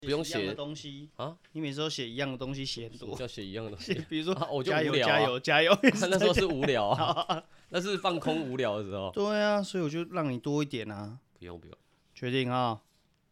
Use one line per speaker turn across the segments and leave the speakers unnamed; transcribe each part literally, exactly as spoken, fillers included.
不用写
一样的东西
啊？
你每次都写一样的东西，写很多。
叫写一样的东西，
比如说，
啊、我就
加油
无聊、啊、
加油加油！
那时候是无聊啊，那是放空无聊的时候。
对啊，所以我就让你多一点啊。
不用不用，
决定啊。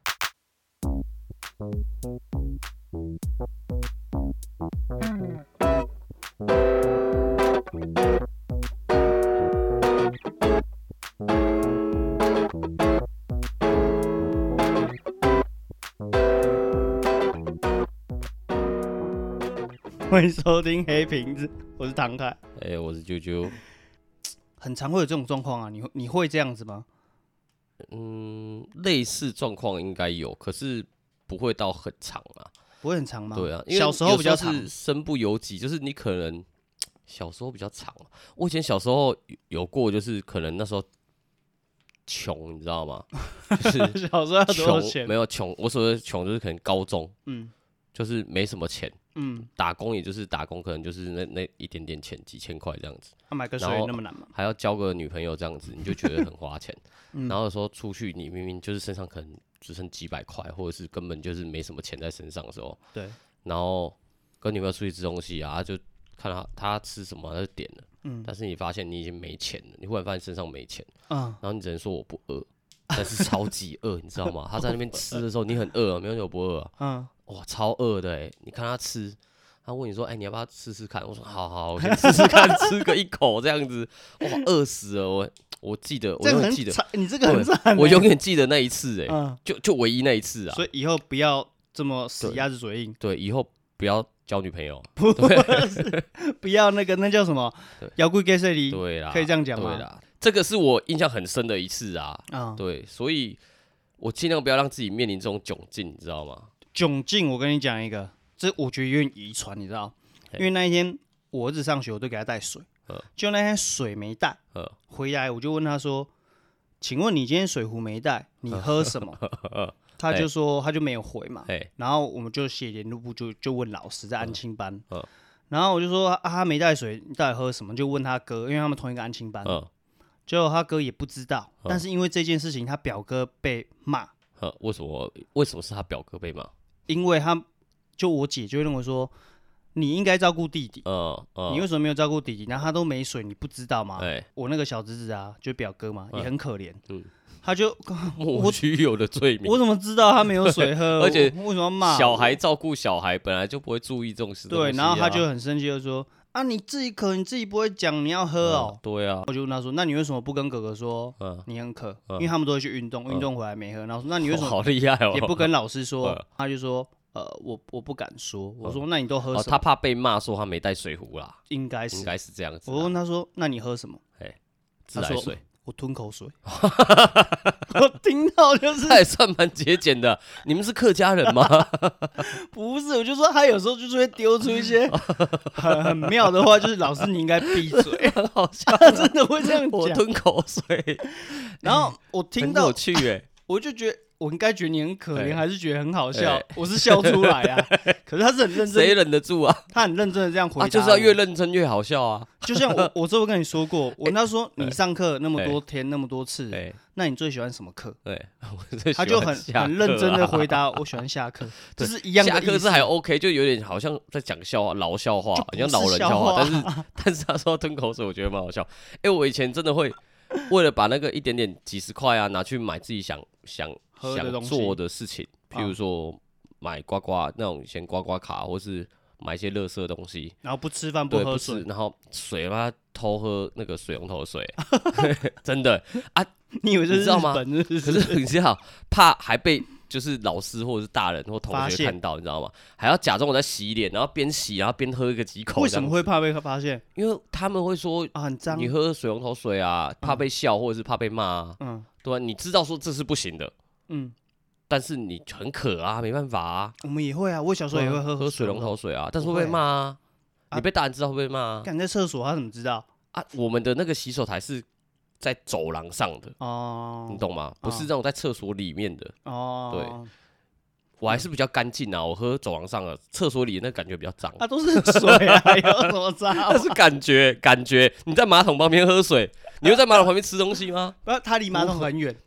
欢迎收听黑瓶子，我是唐凯。
哎、欸，我是啾啾。
很常会有这种状况啊，你你会这样子吗？
嗯，类似状况应该有，可是不会到很长啊。
不会很长吗？
对啊，因为
小时候比较长，
是身不由己，就是你可能小时候比较长。我以前小时候有过，就是可能那时候穷，你知道吗？就是
小时候要多少钱？
没有穷，我所谓的穷就是可能高中，
嗯，
就是没什么钱。
嗯，
打工也就是打工，可能就是那那一点点钱，几千块这样子。
他、啊、买个水那么难吗？
还要交个女朋友这样子，你就觉得很花钱。
嗯、
然后有时候出去，你明明就是身上可能只剩几百块，或者是根本就是没什么钱在身上的时候，
对。
然后跟女朋友出去吃东西啊，就看他他吃什么，他就点了。嗯。但是你发现你已经没钱了，你忽然发现身上没钱，嗯。然后你只能说我不饿，但是超级饿，你知道吗？他在那边吃的时候，你很饿啊，没有你不饿啊。嗯。哇，超饿的哎、欸！你看他吃，他问你说：“哎、欸，你要不要试试看？”我说：“好好，我先试试看，吃个一口这样子。”哇，饿死了！我我记得，我永远记得，
你这个很惨、欸，
我永远记得那一次哎、欸
嗯，
就就唯一那一次啊。
所以以后不要这么死鸭子嘴硬。
对，以后不要交女朋友，
不不要那个那叫什么？摇滚 gay 里，
对啦，
可以这样讲吗？
对啦，这个是我印象很深的一次啊。
嗯，
对，所以我尽量不要让自己面临这种窘境，你知道吗？
窘境，我跟你讲一个，这我觉得有点遗传，你知道？因为那一天我儿子上学，我都给他带水，就那天水没带，回来我就问他说：“请问你今天水壶没带，你喝什么？”他就说他就没有回嘛，然后我们就写联络簿，就就问老师在安亲班，然后我就说啊他没带水，你到底喝什么？就问他哥，因为他们同一个安亲班，结果他哥也不知道，但是因为这件事情，他表哥被骂。
为什么？为什么是他表哥被骂？
因为他就我姐就会认为说，你应该照顾弟弟，
嗯嗯、
你为什么没有照顾弟弟？然后他都没水，你不知道吗？
欸、
我那个小侄子啊，就表哥嘛，
嗯、
也很可怜，
嗯，
他就
莫须有的罪名。
我怎么知道他没有水喝？
而且
为什么要骂？
小孩照顾小孩本来就不会注意这种事、啊。
对，然后他就很生气，就说。啊，你自己渴，你自己不会讲你要喝哦、喔
嗯。对啊，
我就问他说：“那你为什么不跟哥哥说你很渴？嗯、因为他们都会去运动，运、嗯、动回来没喝。然后说：那你为什么
好厉害哦？
也不跟老師說？嗯、他就說：呃，我我不敢說。我說：那你都喝什麼？
哦、他怕被罵說他沒帶水壺啦。
應該是，
應該是這樣子。
我問他說：那你喝什麼？
哎，自來水。
我吞口水，我聽到就是，
他也算蠻節儉的。你們是客家人嗎？
不是，我就說他有時候就是會丟出一些很很妙的話，就是老師你應該閉嘴，
很好笑，
他真的會這樣講。
我吞口水，
然後我聽到，
很有趣哎，
我就覺得。我應該覺得你很可憐，還是覺得很好笑？欸、我是笑出來啊，可是他是很認真，
誰忍得住啊？
他很認真的這樣回答、啊，
就是要越認真越好笑啊！
就像我，我之前跟你說過，我那時候你上課那麼多天，欸、那麼多次，欸、那你最喜歡什麼課？
對，
他就很很認真的回答，我喜歡下課，就是一樣的意思。
下課是還 OK， 就有點好像在講笑話，老笑話，好像老人笑話，但是但是他說吞口水，我覺得蠻好笑。哎、欸，我以前真的會為了把那個一點點幾十塊啊拿去買自己想想。想做的事情，譬如說買刮刮那種以前刮刮卡，或是買一些垃圾的東西，
然後不吃飯不喝水，
然後水嘛偷喝那個水龍頭水，真的啊，
你以為是日本？
可是你知道，怕還被就是老師或者是大人或同學看到，你知道嗎？還要假裝我在洗臉，然後邊洗然後邊喝個幾口。
為什麼會怕被發現？
因為他們會說啊很髒，你喝水龍頭水啊，怕被笑或者是怕被罵啊，嗯，對吧？你知道說這是不行的。嗯，但是你很渴啊，沒辦法啊。
我們也會啊，我小時候也會喝
喝水龍頭水啊，但是會被罵啊。你被大人知道會被罵啊。
幹在廁所，他怎麼知道
啊？我們的那個洗手台是在走廊上的哦，你懂嗎？不是那種在廁所裡面的哦。對，我還是比較乾淨啊，我喝走廊上的，廁所裡那感覺比較髒。
啊，都是水啊，有什麼髒？
那是感覺，感覺。你在馬桶旁邊喝水，你會在馬桶旁邊吃東西嗎？
不，他離馬桶很遠。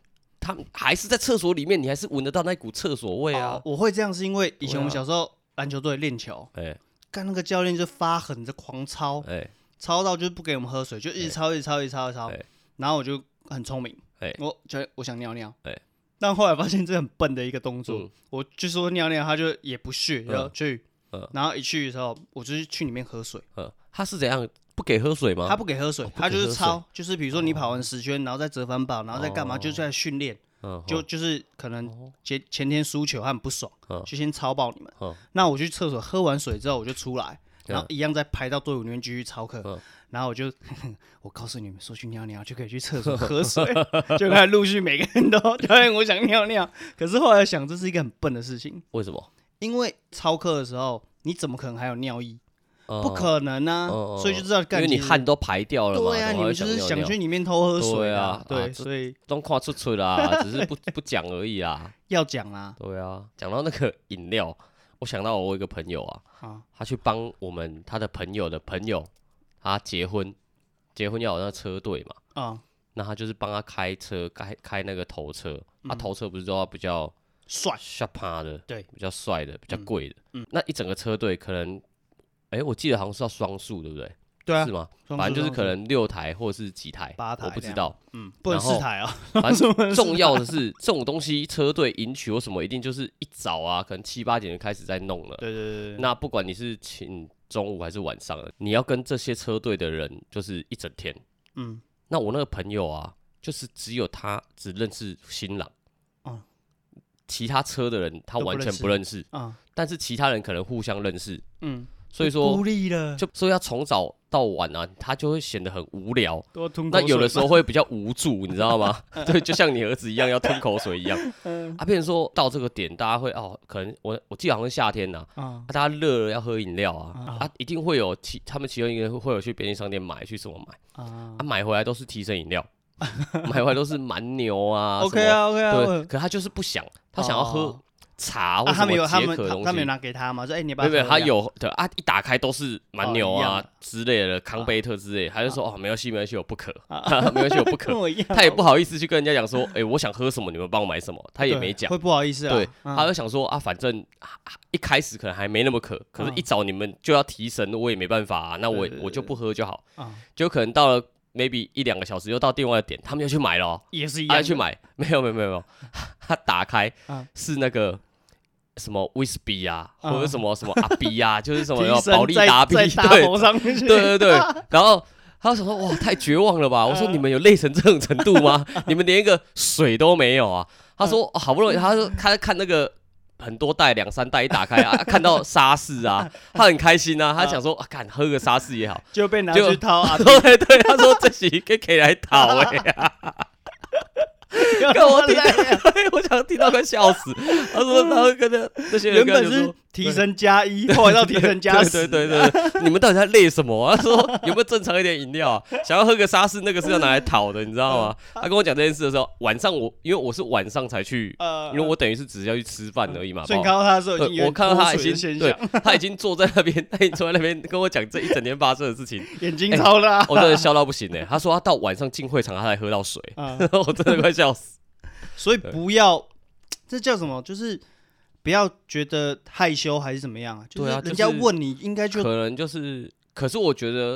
他们还是在厕所里面，你还是闻得到那股厕所味啊。
哦、我会这样是因为以前我们小时候篮球队练球，哎、啊，干、欸、那个教练就发狠，就狂操，哎、欸，操到就是不给我们喝水，就一直操，一直操，一直操，一直操。欸、然后我就很聪明，哎、欸，我觉得我想尿尿，哎、欸，但后来发现这很笨的一个动作，嗯、我就说尿尿，他就也不去，然后去，嗯、然后一去的时候，我就是去里面喝水，
嗯，他是怎样？不给喝水吗？
他不给喝水，哦、他就是操，就是比如说你跑完十圈，然后再折返跑，然后再干嘛，哦、就是在训练。哦、就就是可能前前天输球，他很不爽，哦、就先操爆你们。哦、那我去厕所喝完水之后，我就出来，然后一样再排到队伍里面继续操课。哦、然后我就，我告诉你们，说去尿尿就可以去厕所喝水，就开始陆续每个人都教练我想尿尿。可是后来想，这是一个很笨的事情。
为什么？
因为操课的时候，你怎么可能还有尿意？不可能啊，哦、所以就知道干，
因为你汗都排掉了嘛。
对啊，你们就是想去里面偷喝水啊，对，啊、所以
都看出出啦，只是不不讲而已啦。
要讲啊，
对啊，讲到那个饮料，我想到我有一个朋友啊，啊他去帮我们他的朋友的朋友，他结婚，结婚要有那车队嘛，啊，那他就是帮他开车，开开那个头车，嗯、他头车不是都要比较
帅、
下趴的，
对，
比较帅的，比较贵的，嗯，嗯那一整个车队可能。哎、欸，我记得好像是要双数，对不对？
对啊，
是吗？反正就是可能六台或者是几台，
八台，
我不知道。
嗯，不能四台啊。
反正重要的是这种东西，车队迎娶或什么，一定就是一早啊，可能七八点就开始在弄了。
对对 对, 对。
那不管你是请中午还是晚上的，你要跟这些车队的人就是一整天。嗯。那我那个朋友啊，就是只有他只认识新郎，嗯，其他车的人他完全不认识啊。嗯、但是其他人可能互相认识，嗯。所以说，就所以要从早到晚啊，他就会显得很无聊。那有的时候会比较无助，你知道吗？对，就像你儿子一样要吞口水一样。啊，变成说到这个点，大家会哦，可能我我记得好像是夏天呐、啊，啊、大家热了要喝饮料啊，啊，啊一定会有其他们其中一个人会有去便利商店买，去什么买啊？啊，买回来都是提神饮料，买回来都是蛮牛啊。
OK 啊 OK 啊，
对，可他就是不想，他想要喝。哦茶或
什么
解渴的东西，
他们有拿给他吗？说哎、欸，你把
没有，他有对啊，一打开都是蛮牛啊、哦、之类的，康贝特之类的，他就说哦，没关系，没关系，我不渴，啊、没关系，我不渴。他也不好意思去跟人家讲说，哎、欸，我想喝什么，你们帮我买什么，他也没讲，
会不好意思啊。
对，
嗯、
他就想说啊，反正一开始可能还没那么渴，可是一早你们就要提神，我也没办法啊，那我我就不喝就好，嗯、就可能到了。maybe 一两个小时又到另外的点，他们要去买了，
也是一样，
他去买，没有没有没有没有，他打开、嗯、是那个。什么威士比啊，或者什么什么阿比啊，就是什么保利达比，对对对对。然后他想说，哇，太绝望了吧！我说你们有累成这种程度吗？你们连一个水都没有啊？他说、哦、好不容易，他说他看那个很多袋两三袋一打开啊，看到沙士啊，他很开心啊，他想说啊，干喝个沙士也好，
就被拿去掏啊。
对对，他说这是可以可以来讨哎呀。跟我听，我想听到快笑死。他说，然后跟着这些人
原本是提神加一，后来到提神加十。
对对对对，你们到底在累什么、啊？他说有没有正常一点饮料、啊？想要喝个沙士，那个是要拿来讨的，你知道吗？他跟我讲这件事的时候，晚上我因为我是晚上才去，因为我等于是只是要去吃饭而已嘛。
所以你看到他的时候，
我看到他已经对，他已经坐在那边，他已经坐在那边跟我讲这一整天发生的事情，
眼睛超辣、欸，
我真的笑到不行哎、欸。他说他到晚上进会场，他才喝到水，我真的快笑死。
所以不要，这叫什么？就是不要觉得害羞还是怎么样啊？就是人家问你，应该就
可能就是。可是我觉得，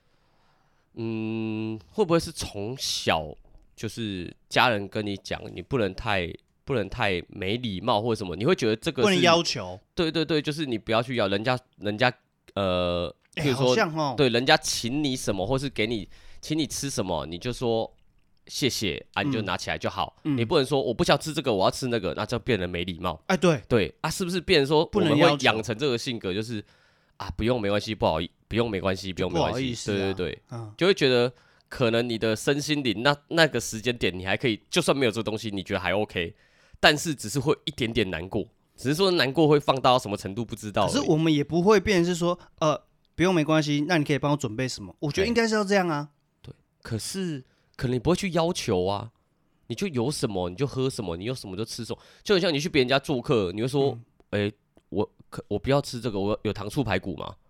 嗯，会不会是从小就是家人跟你讲，你不能太不能太没礼貌或者什么？你会觉得这个
不能要求？
对对对，就是你不要去要人家，人家呃，比如说、
欸哦、
对人家请你什么，或是给你请你吃什么，你就说。谢谢啊，你就拿起来就好。嗯、你不能说我不想吃这个，我要吃那个，那就变得没礼貌。
哎，对
对啊，是不是变成说我们会养成这个性格，就是啊，不用没关系，不好意，不用没关系，不用没关系。
啊、
对对对，嗯、就会觉得可能你的身心灵那那个时间点，你还可以，就算没有这个东西，你觉得还 OK， 但是只是会一点点难过，只是说难过会放大到什么程度不知道。
可是我们也不会变成是说，呃，不用没关系，那你可以帮我准备什么？我觉得应该是要这样啊。
对，可是可能你不会去要求啊。你就有什么你就喝什么，你有什么就吃什么，就很像你去别人家做客，你会说，哎、嗯欸，我我不要吃这个，我有糖醋排骨嘛，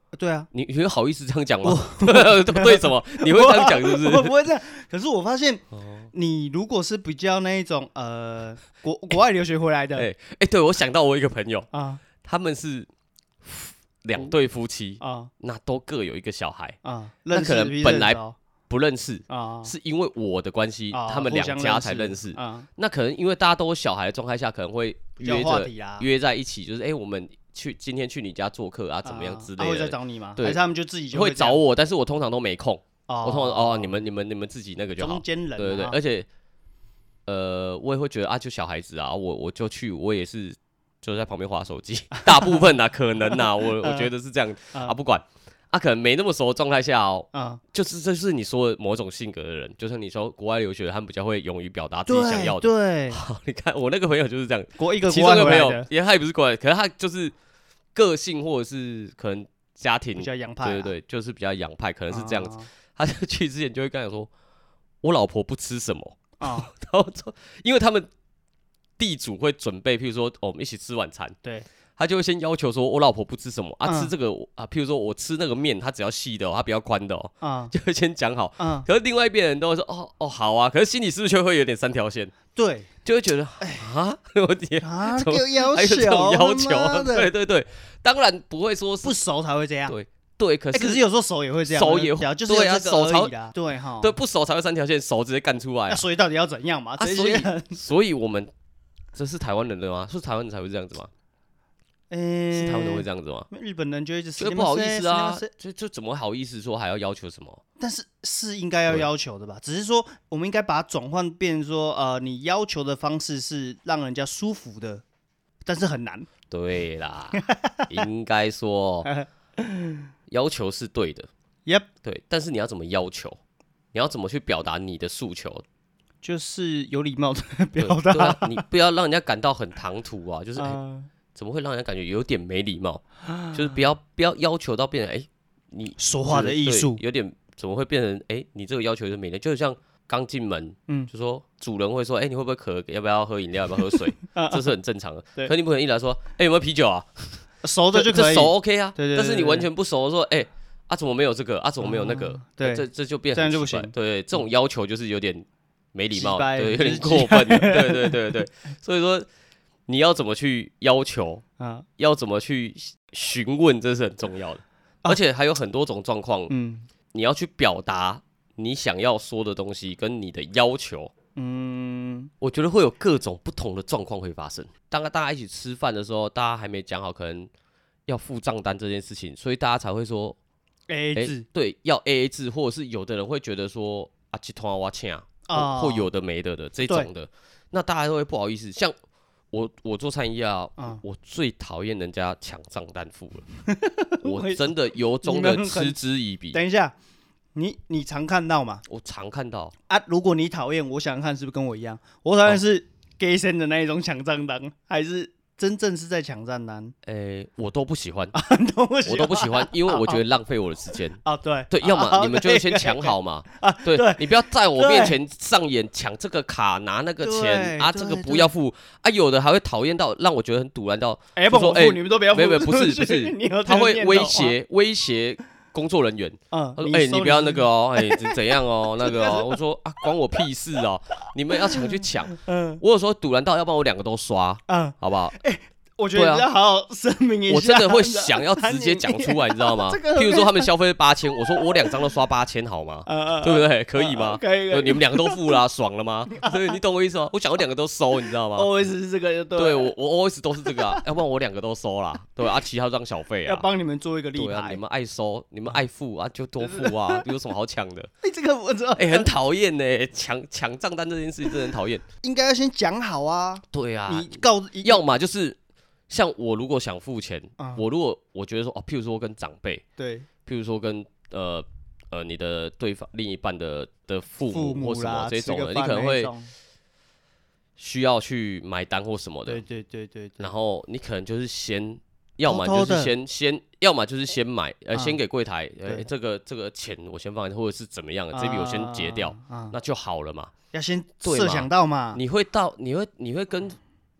对啊，
你你会好意思这样讲吗？对什么？你会这样讲是不是？
我不会这样。可是我发现，你如果是比较那一种呃国国外留学回来的，
哎哎、欸欸，对我想到我一个朋友啊，他们是两对夫妻啊，那都各有一个小孩啊，那可能本来不认识啊，是因为我的关系，他们两家才认识啊。那可能因为大家都有小孩的状态下，可能会约着约在一起，就是哎、欸，我们。去今天去你家做客啊，怎么样之类的？
他会再找你吗？对，还是他们就自己就
会找我，但是我通常都没空。我通常哦，你们你们你们自己那个就好。
中间人，
对对对，而且呃，我也会觉得啊，就小孩子啊，我我就去，我也是就在旁边滑手机，大部分啊，可能啊，我我觉得是这样啊，不管啊，可能没那么熟的状态下哦，就是这是你说的某种性格的人，就是你说国外留学，他们比较会勇于表达自己想要的。
对，
你看我那个朋友就是这样，
国一个
其中一个朋友，也他也不是国外，可是他就是。个性或者是可能家庭
比较洋派、啊，
对对对，就是比较洋派，可能是这样子。啊、他就去之前就会跟他说：“我老婆不吃什么啊。”然后说，因为他们地主会准备，譬如说、哦、我们一起吃晚餐，
对，
他就会先要求说：“我老婆不吃什么啊？嗯、吃这个啊，譬如说我吃那个面，他只要细的、哦，他不要宽的哦。嗯”就会先讲好。嗯、可是另外一边人都会说：“哦哦，好啊。”可是心里是不是就会有点三条线？
对。
就会觉得啊，我天
啊，有要求，
还有这种要求，对对对，当然不会说是
不熟才会这样，
对对，可是、
欸、可是有时候熟也会这样，
熟也会，
就是有这个而已啦，对哈，
对不熟才会三条线，熟直接干出来、啊，
那所以到底要怎样嘛？
啊、所以所以我们这是台湾人的吗？是台湾人才会这样子吗？欸、是台湾人会这样子吗？
日本人就一直
觉得不好意思啊，就就怎么好意思说还要要求什么？
但是是应该要要求的吧？只是说我们应该把它转换变说，呃，你要求的方式是让人家舒服的，但是很难。
对啦，应该说要求是对的
，Yep，
对，但是你要怎么要求？你要怎么去表达你的诉求？
就是有礼貌的表达，
啊、你不要让人家感到很唐突啊，就是。呃怎么会让人感觉有点没礼貌？就是不要不要要求到变成哎、欸，你
说话的艺术
有点怎么会变成哎、欸，你这个要求就没了？就像刚进门，嗯，就说主人会说哎、欸，你会不会渴？要不要喝饮料？要不要喝水？这是很正常的。可你不可能一来说哎、欸，有没有啤酒啊？
熟的就可以，
熟 OK 啊。
对对对对，
但是你完全不熟说哎、欸、啊怎么没有这个啊怎么没有那个？嗯、
对，
这这就变
这样就不行。
对对，这种要求就是有点没礼貌，对，有点过分。对对对对，所以说。你要怎么去要求啊？要怎么去询问，这是很重要的。啊、而且还有很多种状况，嗯，你要去表达你想要说的东西跟你的要求，嗯，我觉得会有各种不同的状况会发生。当大家一起吃饭的时候，大家还没讲好，可能要付账单这件事情，所以大家才会说
A A 制、欸，
对，要 A A 制，或者是有的人会觉得说啊，这团我请啊，或有的没的的这种的，那大家都会不好意思，像。我我做餐饮业啊，嗯、我最讨厌人家抢账单付了，我真的由衷的嗤之以鼻。
等一下，你你常看到吗？
我常看到
啊。如果你讨厌，我想想看是不是跟我一样？我讨厌是 gay 生的那一种抢账单，还是真正是在抢账单？
诶、欸，我都不喜欢，
都不喜欢
我都不喜欢，因为我觉得浪费我的时间。
啊，对
对，要么你们就先抢好嘛。啊，对，
对
你不要在我面前上演抢这个卡拿那个钱啊，这个不要付啊。有的还会讨厌到让我觉得很堵然到，
哎，不付，你们都不要付。
没有，不是不是，他会威胁威胁工作人员。嗯，他说：“哎，你不要那个哦，哎，怎样哦，那个哦。”我说：“啊，关我屁事哦！你们要抢去抢。”嗯，我有时候堵然到，要不然我两个都刷，嗯，好不好？
哎。我觉得你要好好声明一下，
我真的会想要直接讲出来，你知道吗？譬如说他们消费八千，我说我两张都刷八千，好吗？对不对？可以吗？
可以，
你们两个都付了，爽了吗？对，你懂我意思吗？我想要两个都收，你知道吗
？O S 是这个，对。
对我，我 O S 都是这个啊，要不然我两个都收啦，对啊，其他当小费啊。
要帮你们做一个立牌，
啊，你们爱收，你们爱付啊，就多付啊，有什么好抢的？
哎，这个我知道，
哎，很讨厌呢，抢抢账单这件事情真的很讨厌。
应该要先讲好啊。
对啊，
你告，
要么就是。像我如果想付钱，嗯、我如果我觉得说哦，譬如说跟长辈，
对，
譬如说跟呃呃你的对方另一半的的父母或什么这种的，你可能会需要去买单或什么的，
对对对 对, 對。
然后你可能就是先，要么就是先先，要么就是先买，呃，嗯、先给柜台，呃、欸，这个这个钱我先放，或者是怎么样的，啊、这笔我先结掉，啊、那就好了嘛。
要先设想到嘛，
你会到，你会你会跟。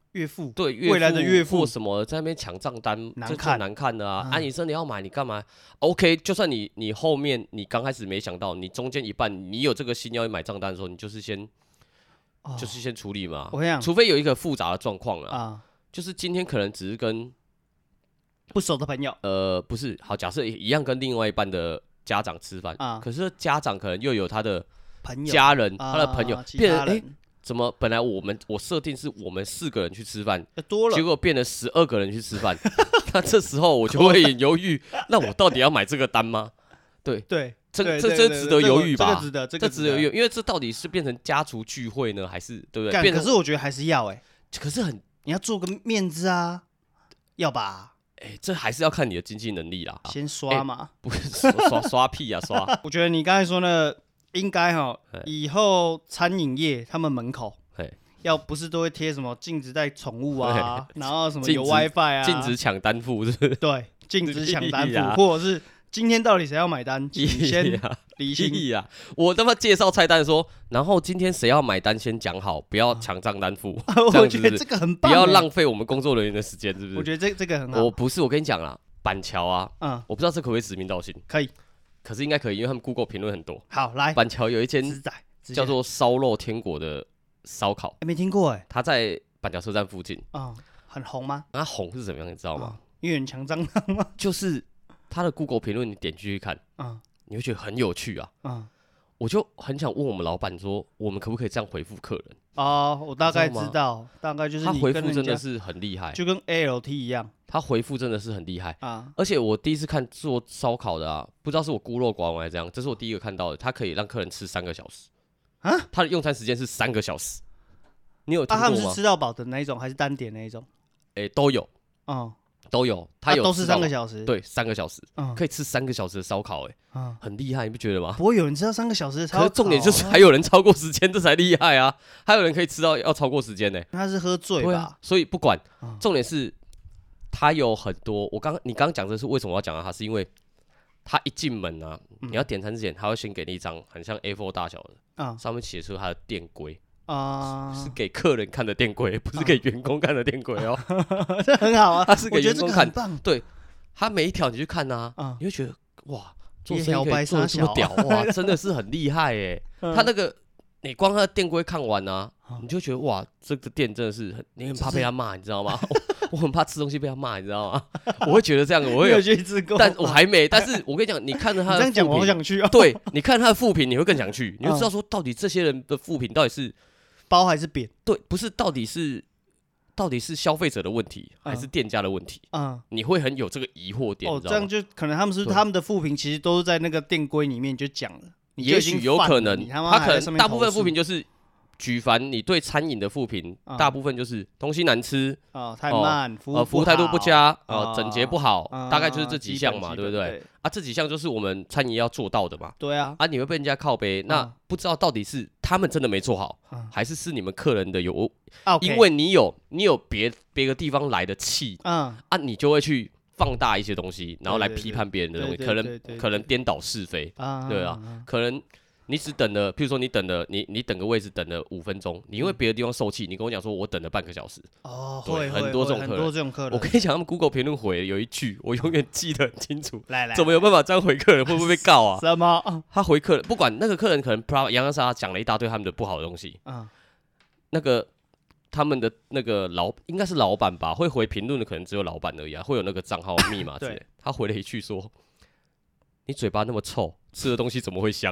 岳父，
对，岳父
未来的岳父
或什么在那边抢账单，
难看
难看的啊！
嗯、
啊，你真的要买，你干嘛 ？OK， 就算你你后面你刚开始没想到，你中间一半你有这个心要买账单的时候，你就是先、哦、就是先处理嘛。
我跟你讲，
除非有一个复杂的状况啊，
啊、
就是今天可能只是跟
不熟的朋友，
呃，不是，好，假设一样跟另外一半的家长吃饭，啊、可是家长可能又有他的
朋友、
家人、
啊、
他的朋友，变成哎。欸怎么？本来我们我设定是我们四个人去吃饭，
多了，
结果变成十二个人去吃饭。那这时候我就会很犹豫，那我到底要买这个单吗？对
对，
这这这值得犹豫吧？
这个值得，这个
值得犹豫，因为这到底是变成家族聚会呢，还是对不对？
可是我觉得还是要哎，
可是很
你要做个面子啊，要吧？
哎，这还是要看你的经济能力啦。
先刷嘛，
不是刷刷刷屁啊刷！
我觉得你刚才说呢，应该哈，以后餐饮业他们门口。要不是都会贴什么禁止带宠物啊，然后什么有 WiFi 啊，
禁止抢单付是不是？
对，禁止抢单付，或者是今天到底谁要买单，请先理清
啊！我他妈介绍菜单说，然后今天谁要买单先讲好，不要抢账单付。
我觉得这个很棒，
不要浪费我们工作人员的时间，是不是？
我觉得这这个很好。
我不是，我跟你讲啦，板桥啊，
嗯，
我不知道这可不可以指名道姓，
可以，
可是应该可以，因为他们 Google 评论很多。
好，来，
板桥有一间叫做烧肉天国的。烧烤，
欸、没听过哎，
他在板桥车站附近，
嗯，很红吗？
那红是怎么样，你知道吗？
嗯、因为人强张张吗？
就是他的 Google 评论，你点进去看，嗯，你会觉得很有趣啊，嗯，我就很想问我们老板说，我们可不可以这样回复客人？
哦，我大概知道，大概就是
他回复真的是很厉害，
就跟 A L T 一样，
他回复真的是很厉害啊！而且我第一次看做烧烤的啊，不知道是我孤陋寡闻还是这样，这是我第一个看到的，他可以让客人吃三个小时。啊，他的用餐时间是三个小时，你有听过吗？
啊，他们是吃到饱的那一种，还是单点那一种？
哎、欸，都有，
嗯，
都有，他有、
啊、都是三个小时，
对，三个小时，嗯，可以吃三个小时的烧烤，哎，嗯，很厉害，你不觉得吗？
不会有人吃到三个小时的烧烤，
可是重点就是还有人超过时间，这才厉害啊！还有人可以吃到要超过时间呢，
他是喝醉吧？
啊、所以不管，嗯、重点是他有很多。我刚你刚刚讲的是为什么我要讲到他，是因为。他一进门啊，你要点餐之前，他会先给你一张很像 A 四 大小的，嗯、上面写出他的店规啊，是给客人看的店规，不是给员工看的店规哦。
这很好啊，
他是给员工看，
棒
对，他每一条你去看啊，嗯、你会觉得哇，做生意可以做
得
这么屌哇，真的是很厉害哎。嗯、他那个你光他的店规看完啊，嗯、你就觉得哇，这个店真的是很，你很怕被他骂，你知道吗？我很怕吃东西被他骂，你知道吗？我会觉得这样，我会
有去吃过，
但我还没。但是我跟你讲，你看着他的，
这样讲我好想去啊。
对，你看他的负评，你会更想去，你就知道说，到底这些人的负评到底是
包还是扁？
对，不是，到底是到底是消费者的问题，还是店家的问题？嗯，你会很有这个疑惑点。
哦，这样就可能他们是他们的负评，其实都是在那个店规里面就讲了。
也许有可能，他可能大部分负评就是。举凡你对餐饮的负评，嗯、大部分就是东西难吃，
哦、太慢，服务
呃服务态度不佳，呃整洁不好，嗯、大概就是这几项嘛，对不对？啊，这几项就是我们餐饮要做到的嘛。
对啊，
啊，你会被人家靠背，嗯、那不知道到底是他们真的没做好，嗯、还是是你们客人的有，
嗯、
因为你有你有别别个地方来的气，嗯、啊，你就会去放大一些东西，然后来批判别人的东西，可能可能颠倒是非，对啊，可能。你只等了，譬如说你等了，你你等个位置等了五分钟，你因为别的地方受气，你跟我讲说我等了半个小时。
哦，
对，很多这种客人，
很多这种客人。
我跟你讲，他们 Google 评论回有一句，我永远记得很清楚。
来来，
怎么有办法这样回客人？会不会被告啊？
什么？
他回客人，不管那个客人可能洋洋洒洒讲了一大堆他们的不好的东西。嗯。那个他们的那个老应该是老板吧，会回评论的可能只有老板而已啊，会有那个账号密码之类。他回了一句说：“你嘴巴那么臭，吃的东西怎么会香？”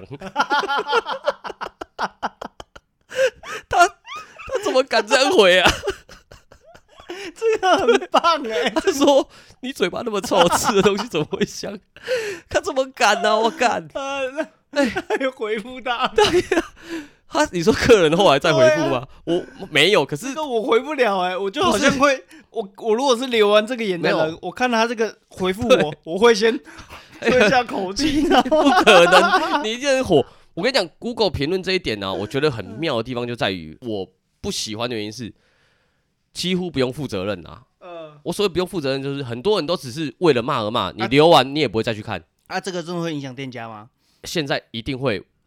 他他怎么敢这样回啊？
这个很棒哎！
他说：“你嘴巴那么臭，吃的东西怎么会香？”他怎么敢呢、啊？我敢！
哎，又回复他。
对呀、啊，他你说客人后来再回复吗？啊、我没有，可是
这个我回不了哎、欸，我就好像会，我我如果是留完这个言的人，我看他这个回复我，我会先吞下口气，
不可能，你一定很火。我跟你讲 ，Google 评论这一点呢、啊，我觉得很妙的地方就在于，我不喜欢的原因是，几乎不用负责任啊。呃，我所谓不用负责任，就是很多人都只是为了骂而骂，你留完你也不会再去看。
啊，这个真的会影响店家吗？
现在一定会。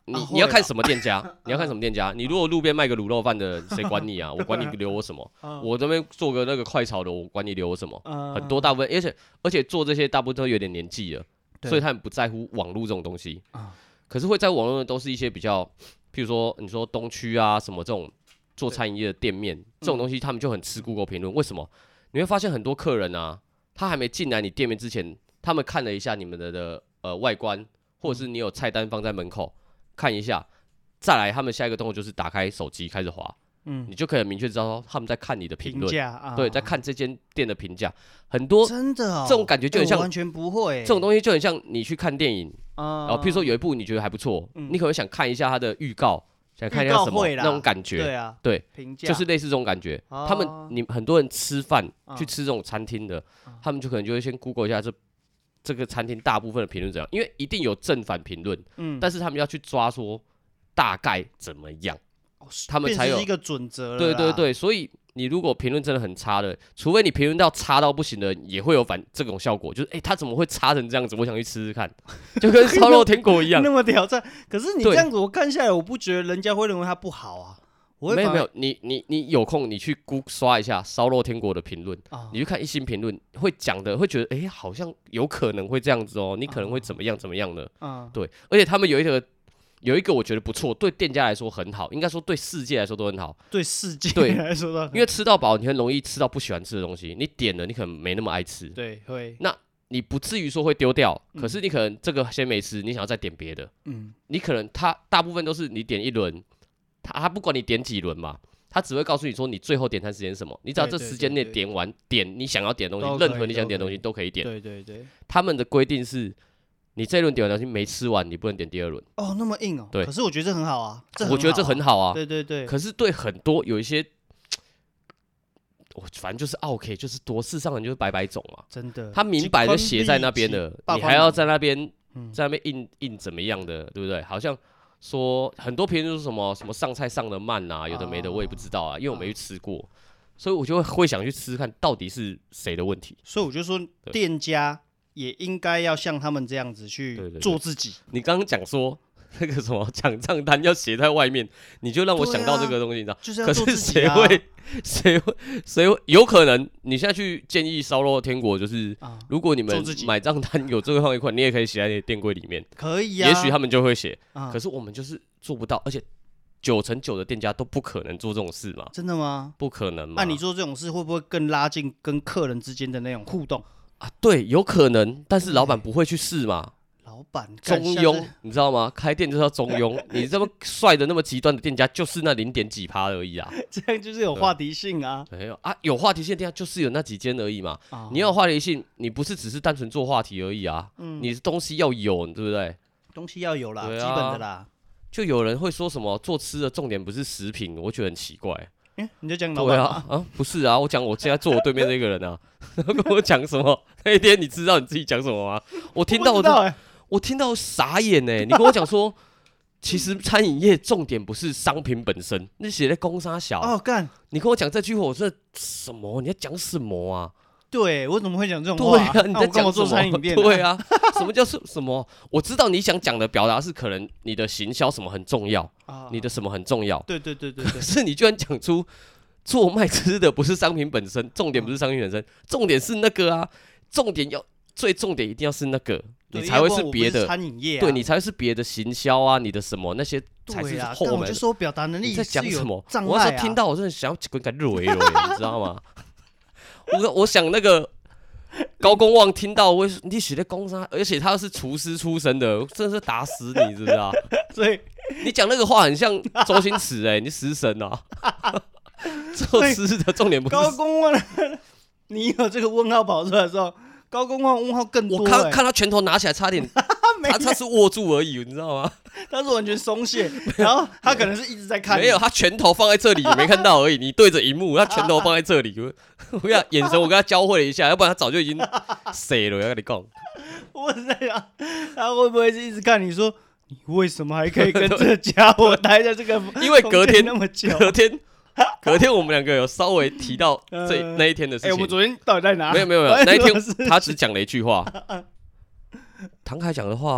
你你要看什么店家，你要看什么店家。你如果路边卖个卤肉饭的，谁管你啊？我管你留我什么？我这边做个那个快炒的，我管你留我什么？很多大部分，而且而且做这些大部分都有点年纪了，所以他们不在乎网络这种东西。可是会在网络的都是一些比较，譬如说你说东区啊什么这种做餐饮业的店面，这种东西他们就很吃 Google 评论。为什么？你会发现很多客人啊，他还没进来你店面之前，他们看了一下你们的的呃外观，或者是你有菜单放在门口。看一下，再来，他们下一个动作就是打开手机开始滑，嗯，你就可以明确知道他们在看你的评论，啊、对，在看这间店的评价，很多
真的、哦，
这种感觉就很像，欸、
完全不会，
这种东西就很像你去看电影啊，然后譬如说有一部你觉得还不错，嗯、你可能想看一下它的预告，想看一下什么那种感觉，
对啊，
对，就是类似这种感觉。哦、他们你很多人吃饭、哦、去吃这种餐厅的，哦、他们就可能就会先 Google 一下这。这个餐厅大部分的评论怎样？因为一定有正反评论，嗯，但是他们要去抓说大概怎么样，哦、他们才有
一个准则。
对对对，所以你如果评论真的很差的，除非你评论到差到不行的，也会有反这种效果，就是哎、欸，他怎么会差成这样子？我想去吃吃看，就跟烧肉天国一样，
那么挑战。可是你这样子，我看下来，我不觉得人家会认为他不好啊。
没有没有，你你你有空你去 Google 刷一下烧肉天国的评论，哦、你去看一星评论，会讲的会觉得，哎、欸，好像有可能会这样子哦，你可能会怎么样怎么样的，哦、对，而且他们有一个有一个我觉得不错，对店家来说很好，应该说对世界来说都很好，
对世界来说都很好，
因为吃到饱你很容易吃到不喜欢吃的东西，你点了你可能没那么爱吃，
对，会，
那你不至于说会丢掉，嗯、可是你可能这个先没吃，你想要再点别的，嗯，你可能它大部分都是你点一轮。他他不管你点几轮嘛，他只会告诉你说你最后点餐时间是什么，你只要这时间内点完点你想要点的东西，任何你想点的东西都可以点。
对对对，
他们的规定是，你这一轮点完东西没吃完，你不能点第二轮。
哦，那么硬哦。
对，
可是我觉得这很好啊，这
我觉得这很好啊。
对对对。
可是对很多有一些，我反正就是 OK， 就是多事上人就是百百种嘛。
真的。
他明摆就写在那边的，你还要在那边在那边印印怎么样的，对不对？好像。说很多评论说什么什么上菜上的慢啊，有的没的我也不知道啊，因为我没去吃过，所以我就会会想去吃看到底是谁的问题。
所以我就说店家也应该要像他们这样子去做自己。
对对对，你刚刚讲说那个什么抢账单要写在外面，你就让我想到这个东西，你知道？
就是要做自己
啊。可是谁会谁会谁会有可能？你现在去建议烧肉天国，就是、啊、如果你们买账单有这个放一块，你也可以写在你的店柜里面，
可以啊。
也许他们就会写，啊、可是我们就是做不到，而且九成九的店家都不可能做这种事嘛。
真的吗？
不可能嘛。
那、啊、你做这种事会不会更拉近跟客人之间的那种互动
啊？对，有可能，但是老板不会去试嘛。
老板
中庸，你知道吗？开店就是要中庸。你这么帅的那么极端的店家，就是那零点几趴而已啊。
这样就是有话题性啊。
没有啊，有话题性的店家就是有那几间而已嘛。哦、你要有话题性，你不是只是单纯做话题而已啊。嗯、你东西要有，对不对？
东西要有啦，啊、基本的啦。
就有人会说什么做吃的重点不是食品，我觉得很奇怪。
欸、你就讲老板
对啊啊，不是啊，我讲我现在坐我对面这个人啊，然后跟我讲什么？那一天你知道你自己讲什么吗？我听到我就。我听到傻眼呢、欸！你跟我讲说，其实餐饮业重点不是商品本身，那写在工商小。
哦，干！
你跟我讲这句话，我说什么？你在讲什么啊？
对，我怎么会讲这种话？
对啊，你在讲
我做餐饮店、啊。
对啊，什么叫是什么？我知道你想讲的表达是可能你的行销什么很重要，啊、你的什么很重要。
对对对对对。
可是你居然讲出做卖吃的不是商品本身，重点不是商品本身，重点是那个啊，重点要最重点一定要是那个。你才会是别的
餐饮业、啊，
对你才会是别的行销啊，你的什么那些才是后面。
我就说表达能力
在讲什么？
障碍啊、
我要是听到，我真的想要滚开瑞瑞，你知道吗？我我想那个高公望听到，我你写的工商，而且他是厨师出身的，真的是打死你，知不知道？
所以
你讲那个话很像周星驰哎、欸，你食神啊！做吃的重点不是
高公望，你有这个问号跑出来的时候。高公望问号更多、欸，
我看看他拳头拿起来差点，他他是握住而已，你知道吗？
他是完全松懈，然后他可能是一直在看，
没有，他拳头放在这里，你没看到而已。你对着荧幕，他拳头放在这里，我跟他眼神我跟他交汇了一下，要不然他早就已经死了。我要跟你讲，
我在想，他会不会是一直看你说，你为什么还可以跟这个家伙待在这个？
因为隔天
那么久，
隔天。隔天我们两个有稍微提到这、呃、那一天的事情。哎、
欸，我们昨天到底在哪？
没有没有没有，那一天他只讲了一句话。唐凯讲的话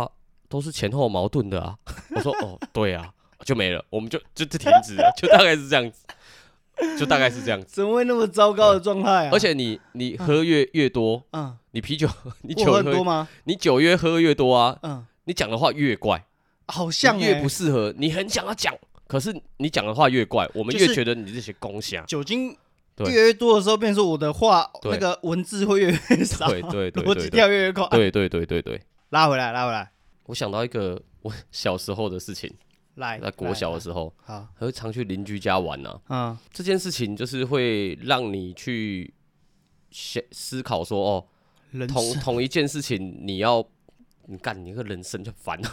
都是前后矛盾的啊。我说哦，对啊，就没了，我们就就就停止了，就大概是这样子，就大概是这样子。
怎么会那么糟糕的状态啊？
而且你你喝越越多，嗯，你啤酒你酒
喝很多吗？
你酒越喝越多啊，嗯，你讲的话越怪，
好像
越不适合，你很想要讲，可是你讲的话越怪，我们越觉得你这些攻下
酒精。越来越多的时候，变成说我的话那个文字会越来越少，
对对对，
逻辑跳越来越快。
对对对对对，
拉回来，拉回来。
我想到一个我小时候的事情，
来，
在国小的时候，
好，
还会常去邻居家玩呐。嗯，这件事情就是会让你去思考说，哦，同同一件事情，你要你干，你个人生就烦了，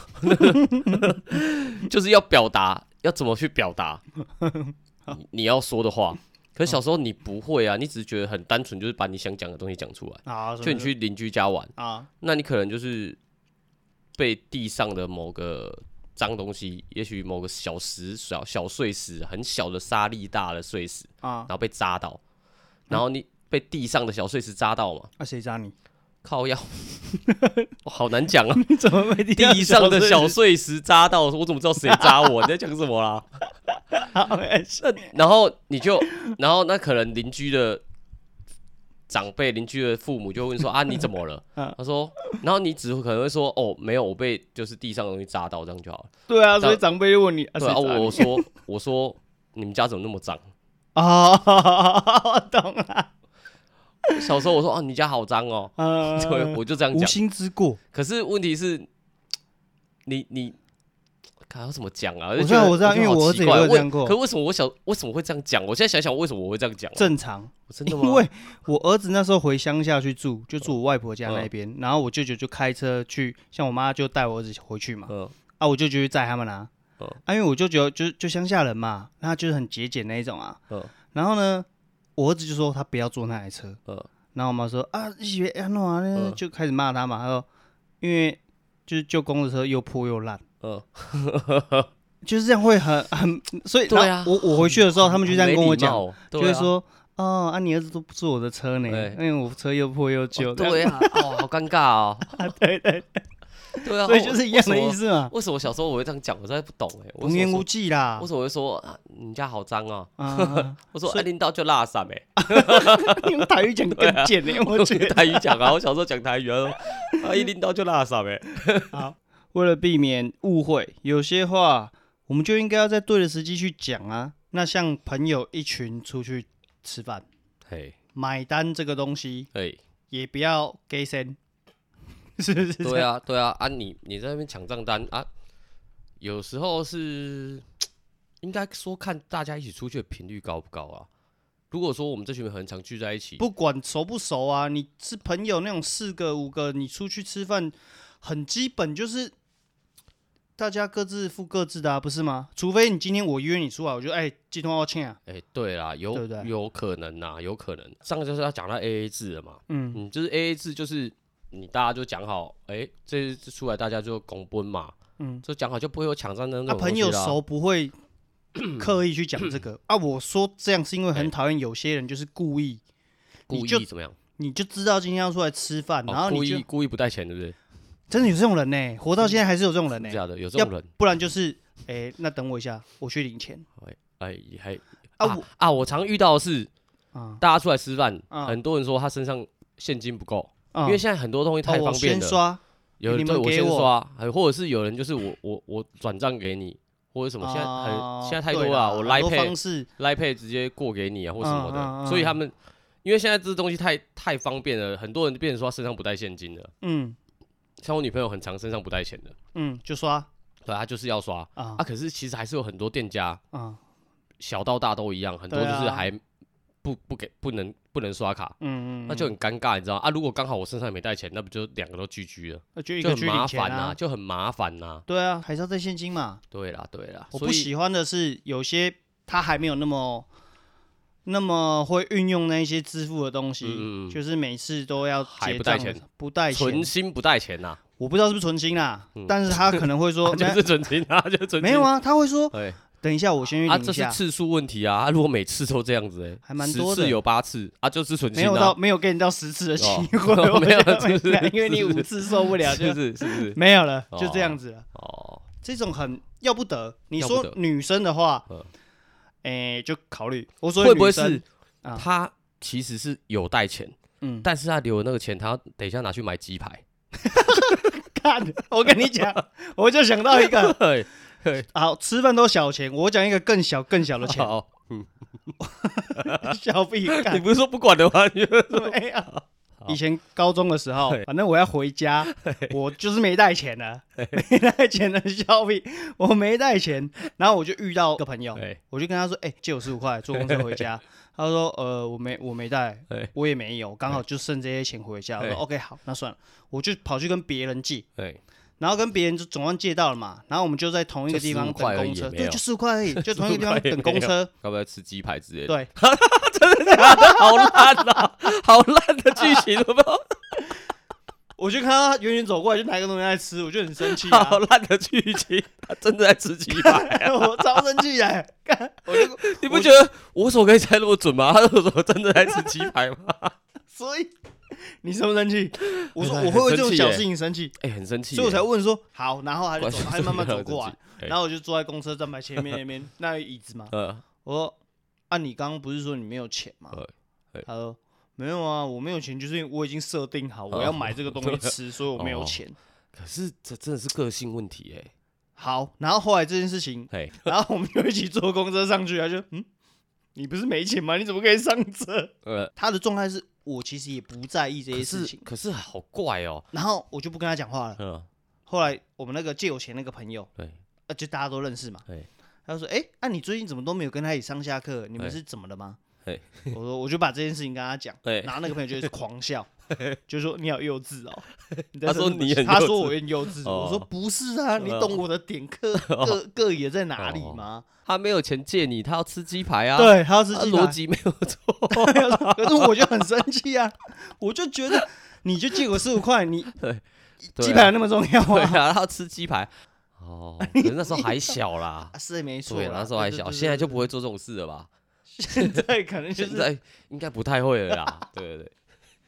就是要表达，要怎么去表达你你要说的话。可是小时候你不会啊，你只是觉得很单纯，就是把你想讲的东西讲出来。啊，就你去邻居家玩啊，那你可能就是被地上的某个脏东西，也许某个小石、小小碎石，很小的沙粒大的碎石啊，然后被扎到，然后你被地上的小碎石扎到嘛？
那谁扎你？
靠腰，好难讲啊！
你怎么被
地上的小碎石扎到？我怎么知道谁扎我？你在讲什么啦？然后你就，然后那可能邻居的长辈、邻居的父母就问说啊，你怎么了？他说，然后你只可能会说哦，没有，我被就是地上的东西扎到，这样就好了。
对啊，所以长辈就问你，
对啊，我说我说你们家怎么那么脏
啊？我懂了。
小时候我说哦，你家好脏哦，对，我就这样讲，
无心之过。
可是问题是，你你。看要怎么讲啊？
我知道，我知道，因为我儿子也有这样过。
可为什么我小为什么会这样讲？我现在想想，为什么我会这样讲？
正常，
真的吗？
因为我儿子那时候回乡下去住，就住我外婆家那边，嗯、然后我舅舅就开车去，像我妈就带我儿子回去嘛。嗯、啊，我舅舅就载他们啊。嗯、啊，因为我舅舅就就乡下人嘛，那他就是很节俭那一种啊。嗯、然后呢，我儿子就说他不要坐那台车。嗯、然后我妈说啊，你安怎呢？就开始骂他嘛。他说，因为就是舅公的车又破又烂。嗯，就是这样会很很，所以对啊，我我回去的时候，他们就这样跟我讲，就会说，哦，啊，你儿子都不坐我的车呢，因为我车又破又旧。
对啊，哦，好尴尬哦。
对对
对啊，
所以就是一样的意思嘛。
为什么小时候我会这样讲？我实在不懂哎。
童言无忌啦。
为什么会说你家好脏啊？我说哎，领导就垃圾哎。
你用台语讲更贱哎，我觉得
台语讲啊，我小时候讲台语啊，啊，一领导就垃圾哎。
好。为了避免误会，有些话我们就应该要在对的时机去讲啊。那像朋友一群出去吃饭，买单这个东西，也不要给先，是不是？
对啊，对啊，啊你你在那边抢账单啊，有时候是应该说看大家一起出去的频率高不高啊。如果说我们这群人很常聚在一起，
不管熟不熟啊，你是朋友那种四个五个，你出去吃饭，很基本就是。大家各自付各自的啊，不是吗？除非你今天我约你出来，我就哎，这通要欠啊。
哎，对啦，有对对有可能呐，有可能。上个就是要讲到 A A 制了嘛，嗯嗯，就是 A A 制，就是你大家就讲好，哎，这次出来大家就公分嘛，嗯，就讲好就不会有抢占的那种东西啦。
啊，朋友熟不会刻意去讲这个啊。我说这样是因为很讨厌有些人就是故意，
故意怎么样？
你就知道今天要出来吃饭，然后你就
故意故意不带钱，对不对？
真的有这种人呢、欸，活到现在还是有这种人呢、欸。
假的，有这种人，
不然就是，哎、欸，那等我一下，我去领钱。
哎，还啊啊我啊！我常遇到的是，啊、大家出来吃饭，啊、很多人说他身上现金不够，啊、因为现在很多东西太方便了。
哦、我先刷，
有人对我先刷，或者是有人就是我我我转账给你，或者什么，现在很现在太多了，我 Line Pay Line Pay 直接过给你啊，或什么的，啊啊、所以他们因为现在这东西太太方便了，很多人变成说他身上不带现金了，嗯。像我女朋友很常身上不带钱的，
嗯，就刷，
对，她就是要刷啊。啊，可是其实还是有很多店家啊，小到大都一样，很多就是还不不给不能不能刷卡，嗯嗯，那就很尴尬，你知道啊？如果刚好我身上也没带钱，那不就两个都居居了，
就一个
很麻烦呐，就很麻烦呐。
对啊，还是要带现金嘛。
对啦对啦，
我不喜欢的是有些他还没有那么。那么会运用那些支付的东西，嗯、就是每次都要结账，
不带钱，
不带钱，
存心不带钱呐、啊。
我不知道是不是存心啦，嗯、但是他可能会说，
就是存心啊，就是存心。
没有啊，他会说， 等一下，我先去领一下。
啊，这是次数问题啊！啊如果每次都这样子、欸，
还蛮多的。
十次有八次啊，就是存心、啊、
没有到没有给你到十次的机会，哦、
没有，是不是？
因为你五次受不了，
是不是？是不是？
没有了，就这样子了。
哦，
这种很要不得。你说女生的话，哎、欸，就考虑。我说
会不会是他、啊、其实是有带钱，嗯，但是他留的那个钱，他要等一下拿去买鸡排。
看，我跟你讲，我就想到一个。好，吃饭都小钱，我讲一个更小更小的钱。好，嗯，小屁干，
你不是说不管的吗？
没有。以前高中的时候，反正我要回家，我就是没带钱的，没带钱的小屁，我没带钱，然后我就遇到一个朋友，我就跟他说：“哎、欸，借我十五块，坐公车回家。”他说：“呃，我没我没带，我也没有，刚好就剩这些钱回家。”我说：“OK， 好，那算了。”我就跑去跟别人借。然后跟别人就总算借到了嘛，然后我们就在同一个地方等公车，对，就十五块而已，就同一个地方等公车。
要不要吃鸡排之类的？
对，
真的假的？好烂啊，好烂的剧情，有没有？
我就看到他远远走过来，就拿一个东西在吃，我就很生气、啊。
好烂的剧情，他真的在吃鸡排、啊，
我超生气哎！我就
你不觉得我手可以猜那么准吗？他说真的在吃鸡排吗？
所以。你生不生气？我说我会为这种小事情生气，
哎、欸，很生气，
所以我才问说好，然后他就走，他就慢慢走过来，然后我就坐在公车站牌前面那边那椅子嘛。我说啊，你刚刚不是说你没有钱吗？他说没有啊，我没有钱，就是因为我已经设定好我要买这个东西吃，所以我没有钱。
可是这真的是个性问题哎。
好，然后后来这件事情，然后我们就一起坐公车上去，他就嗯，你不是没钱吗？你怎么可以上车？呃，他的状态是。我其实也不在意这些事情，
可是, 可是好怪哦。
然后我就不跟他讲话了。嗯。后来我们那个借我钱那个朋友，对，呃，就大家都认识嘛。对。他就说：“哎、欸，那、啊、你最近怎么都没有跟他一起上下课？你们是怎么了吗？”对。我说：“我就把这件事情跟他讲。”然后那个朋友就是狂笑，就说：“你好幼稚哦。”
他说你很幼稚，
他说我很幼稚。哦、我说：“不是啊，你懂我的点各各各也在哪里吗？”
他没有钱借你，他要吃鸡排啊！
对，他要吃鸡排，
逻辑没有错。
可是我就很生气啊，我就觉得你就借我十五块，你鸡排有那么重要吗？
对啊，他要吃鸡排。哦，可是那时候还小啦，
是没错，
对，那时候还小，现在就不会做这种事了吧？
现在可能就是
现在应该不太会了啦。对对对。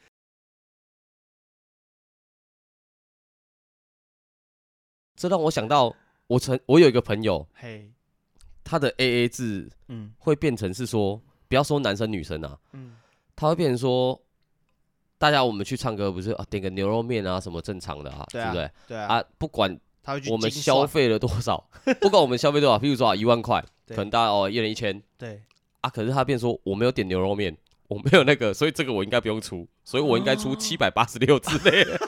这让我想到，我曾我有一个朋友，嘿。他的 A A 制，嗯，会变成是说，不要说男生女生啊，嗯，他会变成说，大家我们去唱歌不是啊，点个牛肉面啊，什么正常的啊，对不对？对啊，啊，不管我们消费了多少，不管我们消费多少，譬如说啊一万块，可能大家哦一人一千，对，啊，可是他变说我没有点牛肉面，我没有那个，所以这个我应该不用出，所以我应该出七百八十六之类的。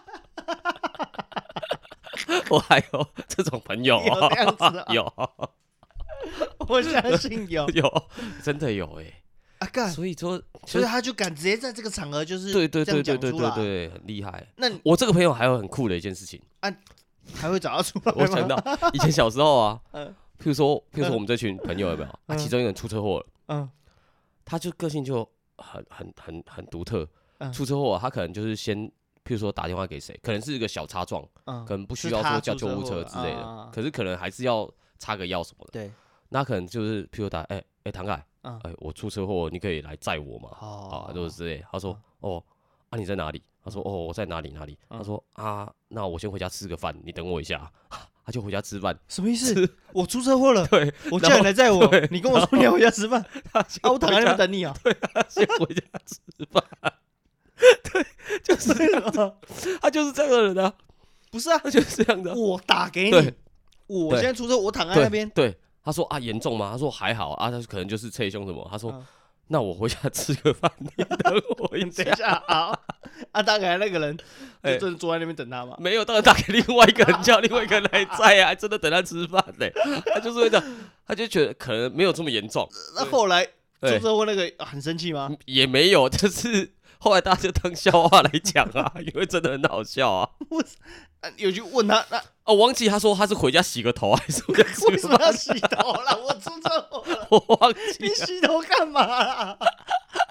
我还有这种朋友、
喔，有这样子、啊、
有。
我相信有
有，真的有哎、欸，
啊干，
所以说，
所以他就敢直接在这个场合就是
对对对对对对对，很厉害。那我这个朋友还有很酷的一件事情
啊，还会找他出来吗？
我想到以前小时候啊，譬如說，譬如說我們這群朋友有沒有？啊，其中一個人出車禍了，嗯，他就個性就很很很很獨特，出車禍他可能就是先，譬如說打電話給誰，可能是一個小擦撞，可能不需要說叫救護車之類的，可是可能還是要插個藥什麼的，對。那可能就是譬如打，哎、欸、哎、欸，唐凱，哎、嗯欸，我出車禍，你可以來載我嘛？哦、啊，就是之類。他說，哦，啊，你在哪裡？他說，哦，我在哪裡哪裡？嗯、他說，啊，那我先回家吃個飯，你等我一下。他就回家吃飯。
什麼意思？我出車禍了，對，我叫你來載我，你跟我說你要回家吃飯，啊，我躺在那邊等你啊。
對啊，先回家吃飯。對，就是這樣，他就是這樣的人啊。
不是啊，
他就是這樣的。
我打給你，我現在出車，我躺在那邊。
對。他說啊嚴重嗎？他說還好啊，他可能就是側胸什麼。他說、嗯、那我回家吃個飯，你等我一下。
等一下好啊，大概那個人就真的坐在那邊等他嗎？
沒有，當然打給另外一個人，叫另外一個人來載啊，還真的等他吃飯呢、欸。他就是會這樣，他就覺得可能沒有這麼嚴重。
那後來出車禍那個很生氣嗎？
也沒有，就是後來大家就當笑話來講啊，因為真的很好笑啊。
有去問他，那
哦，忘記他說他是回家洗個頭還是回家吃個飯？
為什麼要洗頭啦？我出車禍了，
我忘記
你洗頭幹嘛啦？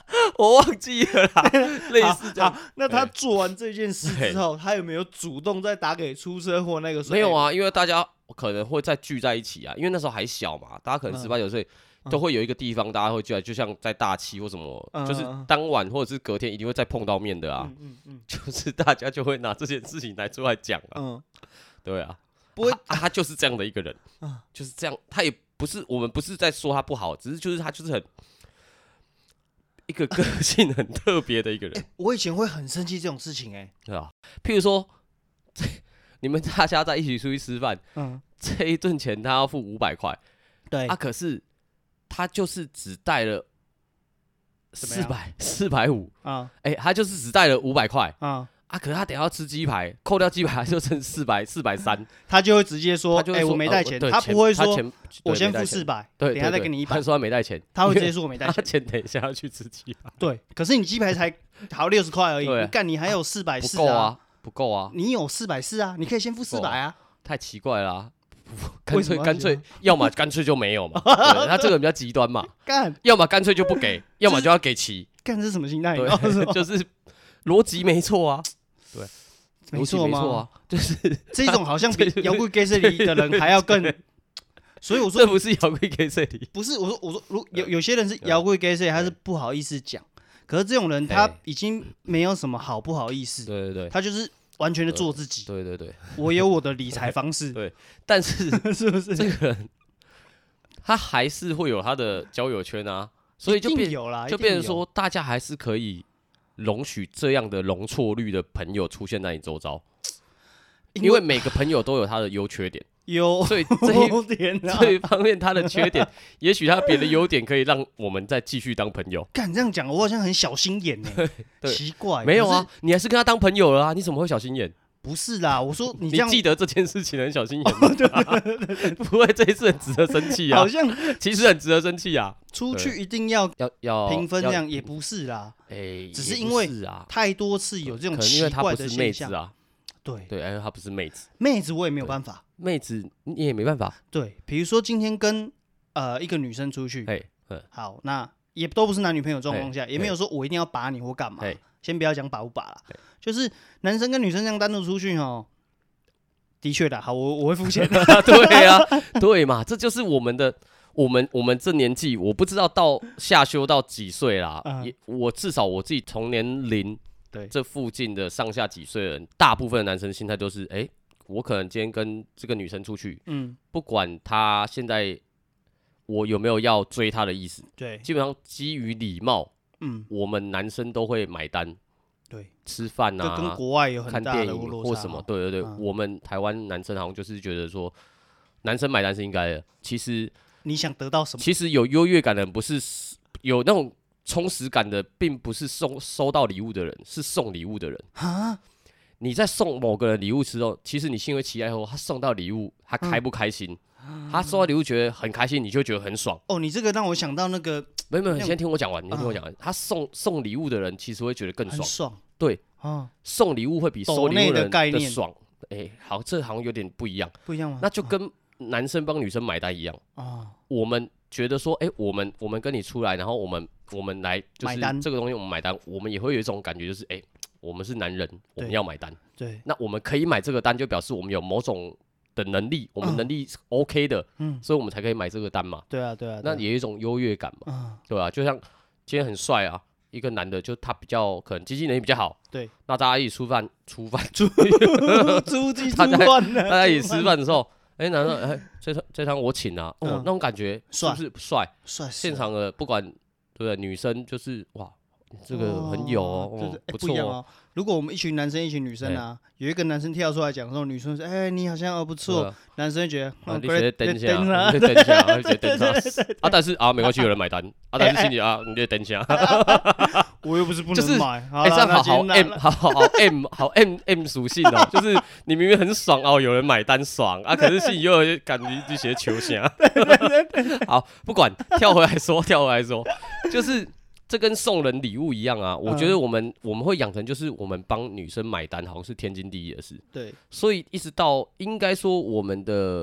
我忘记了啦，类似这样。
那他做完这件事之后，他有没有主动再打给出车祸那个？
没有啊，因为大家可能会再聚在一起啊，因为那时候还小嘛，大家可能十八九岁。都会有一个地方，大家会聚来，就像在大七或什么，嗯、就是当晚或者是隔天一定会再碰到面的啊。嗯嗯嗯、就是大家就会拿这件事情来出来讲啊。嗯、对啊，不会啊，他就是这样的一个人，嗯、就是这样。他也不是我们不是在说他不好，只是就是他就是很一个个性很特别的一个人。
欸、我以前会很生气这种事情、欸，哎，
对啊，譬如说，你们大家在一起出去吃饭，嗯、这一顿钱他要付五百块，
对
啊，可是。他就是只带了四百四百五啊，哎，他就是只带了五百块啊啊！可是他等下要吃鸡排，扣掉鸡排就剩四百四百三，
他就会直接说：“哎，我没带钱。”他不会说：“我先付四百，
对，
等下再给你一百。”
他说他没带钱，
他会直接说：“我没带钱。”
他钱等一下要去吃鸡排。
对，可是你鸡排才好六十块而已，你干你还有四百四
啊，不够啊，
你有四百四啊，你可以先付四百啊，
太奇怪了。干脆干脆，要么干脆就没有嘛。他这个比较极端嘛，
干，
要么干脆就不给，要么就要给齐。
干这是什么心态？
对，就是逻辑没错啊。对，
没错
没错啊，就是
这种好像比摇滚 gay 这里的人还要更。所以我说，
这不是摇滚 gay 这里，
不是我说我说，如有有些人是摇滚 gay 这里，他是不好意思讲。可是这种人他已经没有什么好不好意思。
对对对，
他就是。完全的做自己，
对对对，
我有我的理财方式，
对，但是
是不是
这个人他还是会有他的交友圈啊，所以就变
有啦，
就变成说大家还是可以容许这样的容错率的朋友出现在你周遭，因为每个朋友都有他的优缺点。
有，
所以这一点这一方面他的缺点，也许他别的优点可以让我们再继续当朋友。
干这样讲，我好像很小心眼呢，奇怪。
没有啊，你还是跟他当朋友了啊，你怎么会小心眼？
不是啦，我说你这样
你记得这件事情很小心眼吗？不会，这一次很值得生气啊。
好像
其实很值得生气啊。
出去一定要
要要
评分这样也不是啦，哎，只是因为太多次有这种奇怪的现象
啊。对对，哎，她不是妹子，
妹子我也没有办法，
妹子你也没办法。
对，比如说今天跟呃一个女生出去，好，那也都不是男女朋友状况下，也没有说我一定要把你或干嘛，先不要讲把不把啦，就是男生跟女生这样单独出去哦，的确的，好，我我会付钱，
对啊，对嘛，这就是我们的，我们我们这年纪，我不知道到下修到几岁啦，也我至少我自己同年龄。对，这附近的上下几岁的人，大部分的男生心态都是：哎、欸，我可能今天跟这个女生出去，嗯，不管她现在我有没有要追她的意思，
对，
基本上基于礼貌，嗯，我们男生都会买单，
对，
吃饭啊，
跟国外有很大的
看电影或什么，对对对，嗯、我们台湾男生好像就是觉得说，男生买单是应该的。其实
你想得到什么？
其实有优越感的人不是有那种。充实感的并不是送收到礼物的人，是送礼物的人啊！你在送某个人礼物之后，其实你心为期待后，他送到礼物，他开不开心？嗯、他收到礼物觉得很开心，你就觉得很爽。
哦，你这个让我想到那个，
没有没有，你先听我讲完，你先听我讲完。啊、他送送礼物的人，其实会觉得更爽。
爽，
对啊，送礼物会比收礼物的人的爽。哎、欸，好，这好像有点不一样，
不一样吗？
那就跟男生帮女生买单一样啊。我们觉得说，哎、欸，我们我们跟你出来，然后我们。我们来就是这个东西，我们买单，我们也会有一种感觉，就是哎、欸，我们是男人，我们要买单。
对，
那我们可以买这个单，就表示我们有某种的能力，我们能力是 OK 的，嗯，所以我们才可以买这个单嘛。
对啊，对啊，
那也有一种优越感嘛，嗯、对吧、啊？就像今天很帅啊，一个男的，就他比较可能经济能力比较好，
对，
那大家一起吃饭，吃饭，
出出去吃饭，
大家一起吃饭的时候。哎、欸，男的，哎、欸，这场这场我请啊，哦，嗯、那种感觉是不是帅？
帅，
现场的不管。对不对？女生就是哇，这个很有哦，哦
哦
不错、哦
哦。如果我们一群男生一群女生啊，欸、有一个男生跳出来讲的时候，女生说：“哎、欸，你好像哦不错。啊”男生觉得：“
啊，你觉得等一下，你等一下，你觉得等一下。”啊，但是啊，没关系，有人买单。啊，但是心里啊，你觉得等一下。
我又不是不能买。
哎，这样好好 M， 好好好 M， 好 M M 属性哦，就是你明明很爽哦，有人买单爽啊，可是心里又有感觉就写求侠。好，不管，跳回来说，跳回来说，就是。这跟送人礼物一样啊！我觉得我们、嗯、我们会养成就是我们帮女生买单，好像是天经地义的事。
对，
所以一直到应该说我们的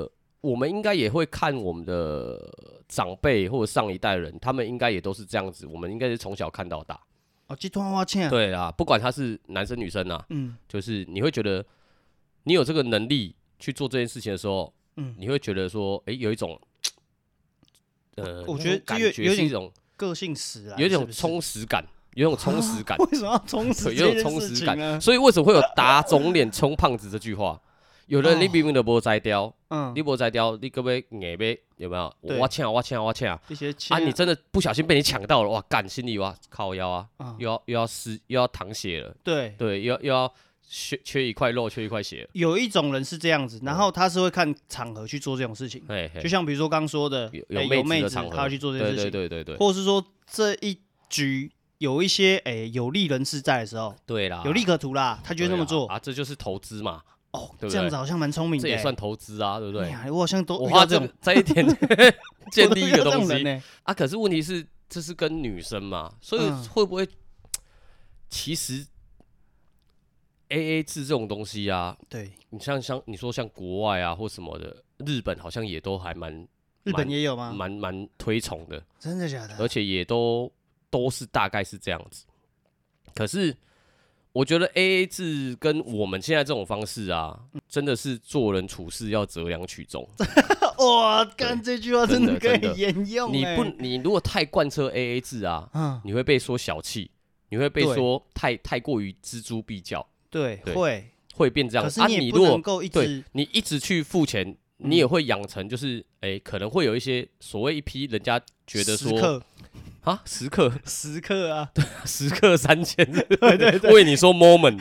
我们应该也会看我们的长辈或者上一代人，他们应该也都是这样子，我们应该是从小看到大。
哦，这段我请。
对啦，不管他是男生女生啊，嗯，就是你会觉得你有这个能力去做这件事情的时候，嗯，你会觉得说，哎、欸，有一种，呃，
我觉得
感觉是一种
个性使啊，
有一种充实感。有一种充实感，
为什么要充实？
有一种充实感，所以为什么会有打肿脸充胖子这句话？有人你明明都无摘掉，嗯，你无摘掉，你可不可以硬呗？有没有？我抢，我抢，我抢！啊，你真的不小心被你抢到了，哇，干，心里哇靠腰啊，嗯、又要又要失又要淌血了，
对
对，又又要缺缺一块肉，缺一块血。
有一种人是这样子，然后他是会看场合去做这种事情，嗯、就像比如说刚说的，有有妹子他要去做这件事情，
对对对对对，
或者是说这一局。有一些诶、欸、有利人士在的时候，
对啦，
有利可图啦，他就会这么做
啊, 啊，这就是投资嘛，
哦，对不对？这样子好像蛮聪明的、欸，
这也算投资啊，对不对？
我好像都
我花
这种
这一点建立一个东西、
欸、
啊，可是问题是这是跟女生嘛，所以会不会、嗯、其实 A A 制这种东西啊，
对
你像像你说像国外啊或什么的，日本好像也都还蛮，
日本也有吗？
蛮蛮推崇的，
真的假的？
而且也都都是大概是这样子。可是我觉得 A A 制跟我们现在这种方式啊，真的是做人处事要择良取中。
哇，干这句话真的可以沿用、欸。
你不，你如果太贯彻 A A 制啊，嗯、你会被说小气，你会被说太太过于锱铢必较。
对，对会
会变这样。
可是你也不能够一直、
啊、你, 你一直去付钱，你也会养成就是，哎、欸，可能会有一些所谓一批人家觉得说。啊，时刻，
时刻啊，
对，时刻三千，
对对对，
为你说 moment，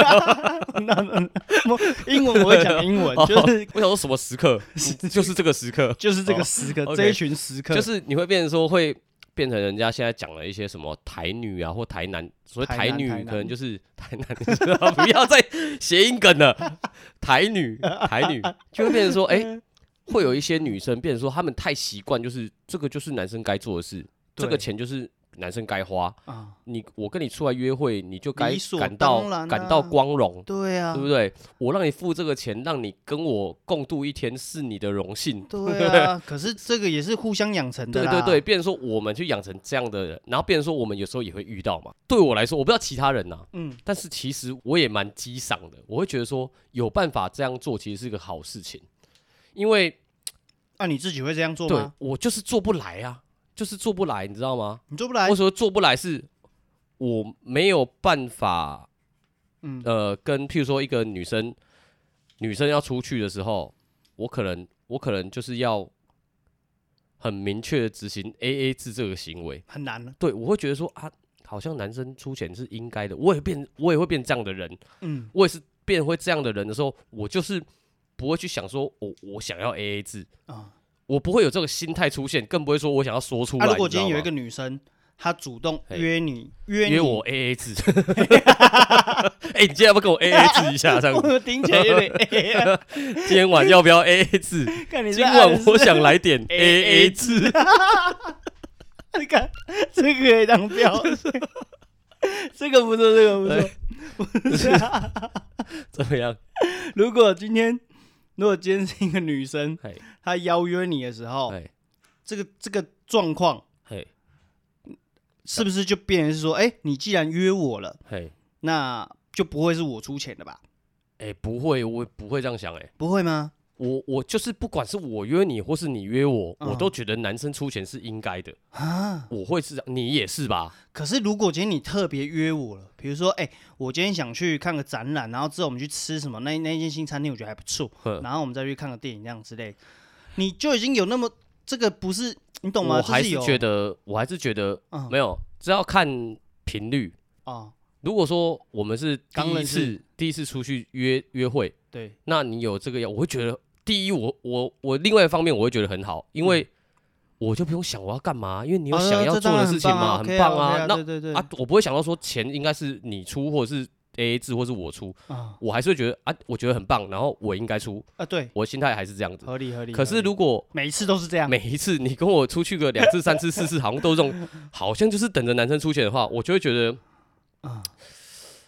英文我会讲英文，就是
我想说什么时刻，就是这个时刻，
就是这个时刻，这一群时刻，
就是你会变成说会变成人家现在讲了一些什么台女啊或台男，所谓台女可能就是台男，不要再谐音梗了，台女台女就会变成说，哎、欸，会有一些女生变成说他们太习惯，就是这个就是男生该做的事。这个钱就是男生该花啊！你我跟你出来约会，你就该感到、啊、感到光荣，
对啊，
对不对？我让你付这个钱，让你跟我共度一天，是你的荣幸。
对啊，可是这个也是互相养成的啦。
对对对，变成说我们去养成这样的人，然后变成说我们有时候也会遇到嘛。对我来说，我不知道其他人呐、啊，嗯，但是其实我也蛮激赏的。我会觉得说有办法这样做，其实是个好事情，因为
啊，你自己会这样做吗？
对，我就是做不来啊。就是做不来，你知道吗？
你做不来。
为什么做不来？是我没有办法，嗯，呃，跟譬如说一个女生，女生要出去的时候，我可能，我可能就是要很明确的执行 A A 制这个行为，
很难了。
对，我会觉得说啊，好像男生出钱是应该的，我也变，我也会变这样的人，嗯，我也是变会这样的人的时候，我就是不会去想说我我想要 A A 制啊。我不会有这个心态出现，更不会说我想要说出来。
啊、如果今天有一个女生，她主动约你，约你
约我 A A 制，哎、欸，你今天要不要跟我 A A 制一下？这样
子听起来有点 A A 啊。
今天晚要不要 A A 制？今晚我想来点 A A 制。
你看，这个可以当标，这个不错，这个不错。不是
怎么样？
如果今天。如果今天是一个女生，她邀约你的时候，这个这个状况，是不是就变成是说，哎、欸，你既然约我了，那就不会是我出钱的吧？
哎、欸，不会，我不会这样想、欸，哎，
不会吗？
我我就是不管是我约你或是你约我，嗯、我都觉得男生出钱是应该的啊。我会是这样，你也是吧？
可是如果今天你特别约我了，比如说，哎、欸，我今天想去看个展览，然后之后我们去吃什么，那那间新餐厅我觉得还不错，然后我们再去看个电影这样之类，你就已经有那么这个不是你懂吗？
我还是觉得，我还是觉得、嗯、没有，只要看频率啊。嗯如果说我们是第一次第一次出去约约会，
对，
那你有这个要，我会觉得第一，我我我另外一方面我会觉得很好，因为我就不用想我要干嘛，因为你有想要做的事情嘛，
哦、
很棒啊。那
对对对
啊，我不会想到说钱应该是你出或者是 A A 制或是我出，啊、我还是会觉得啊，我觉得很棒，然后我应该出
啊，对，
我的心态还是这样子，
合理合理。
可是如果
每一次都是这样，
每一次你跟我出去个两次、三次、四次，好像都这种，好像就是等着男生出钱的话，我就会觉得啊。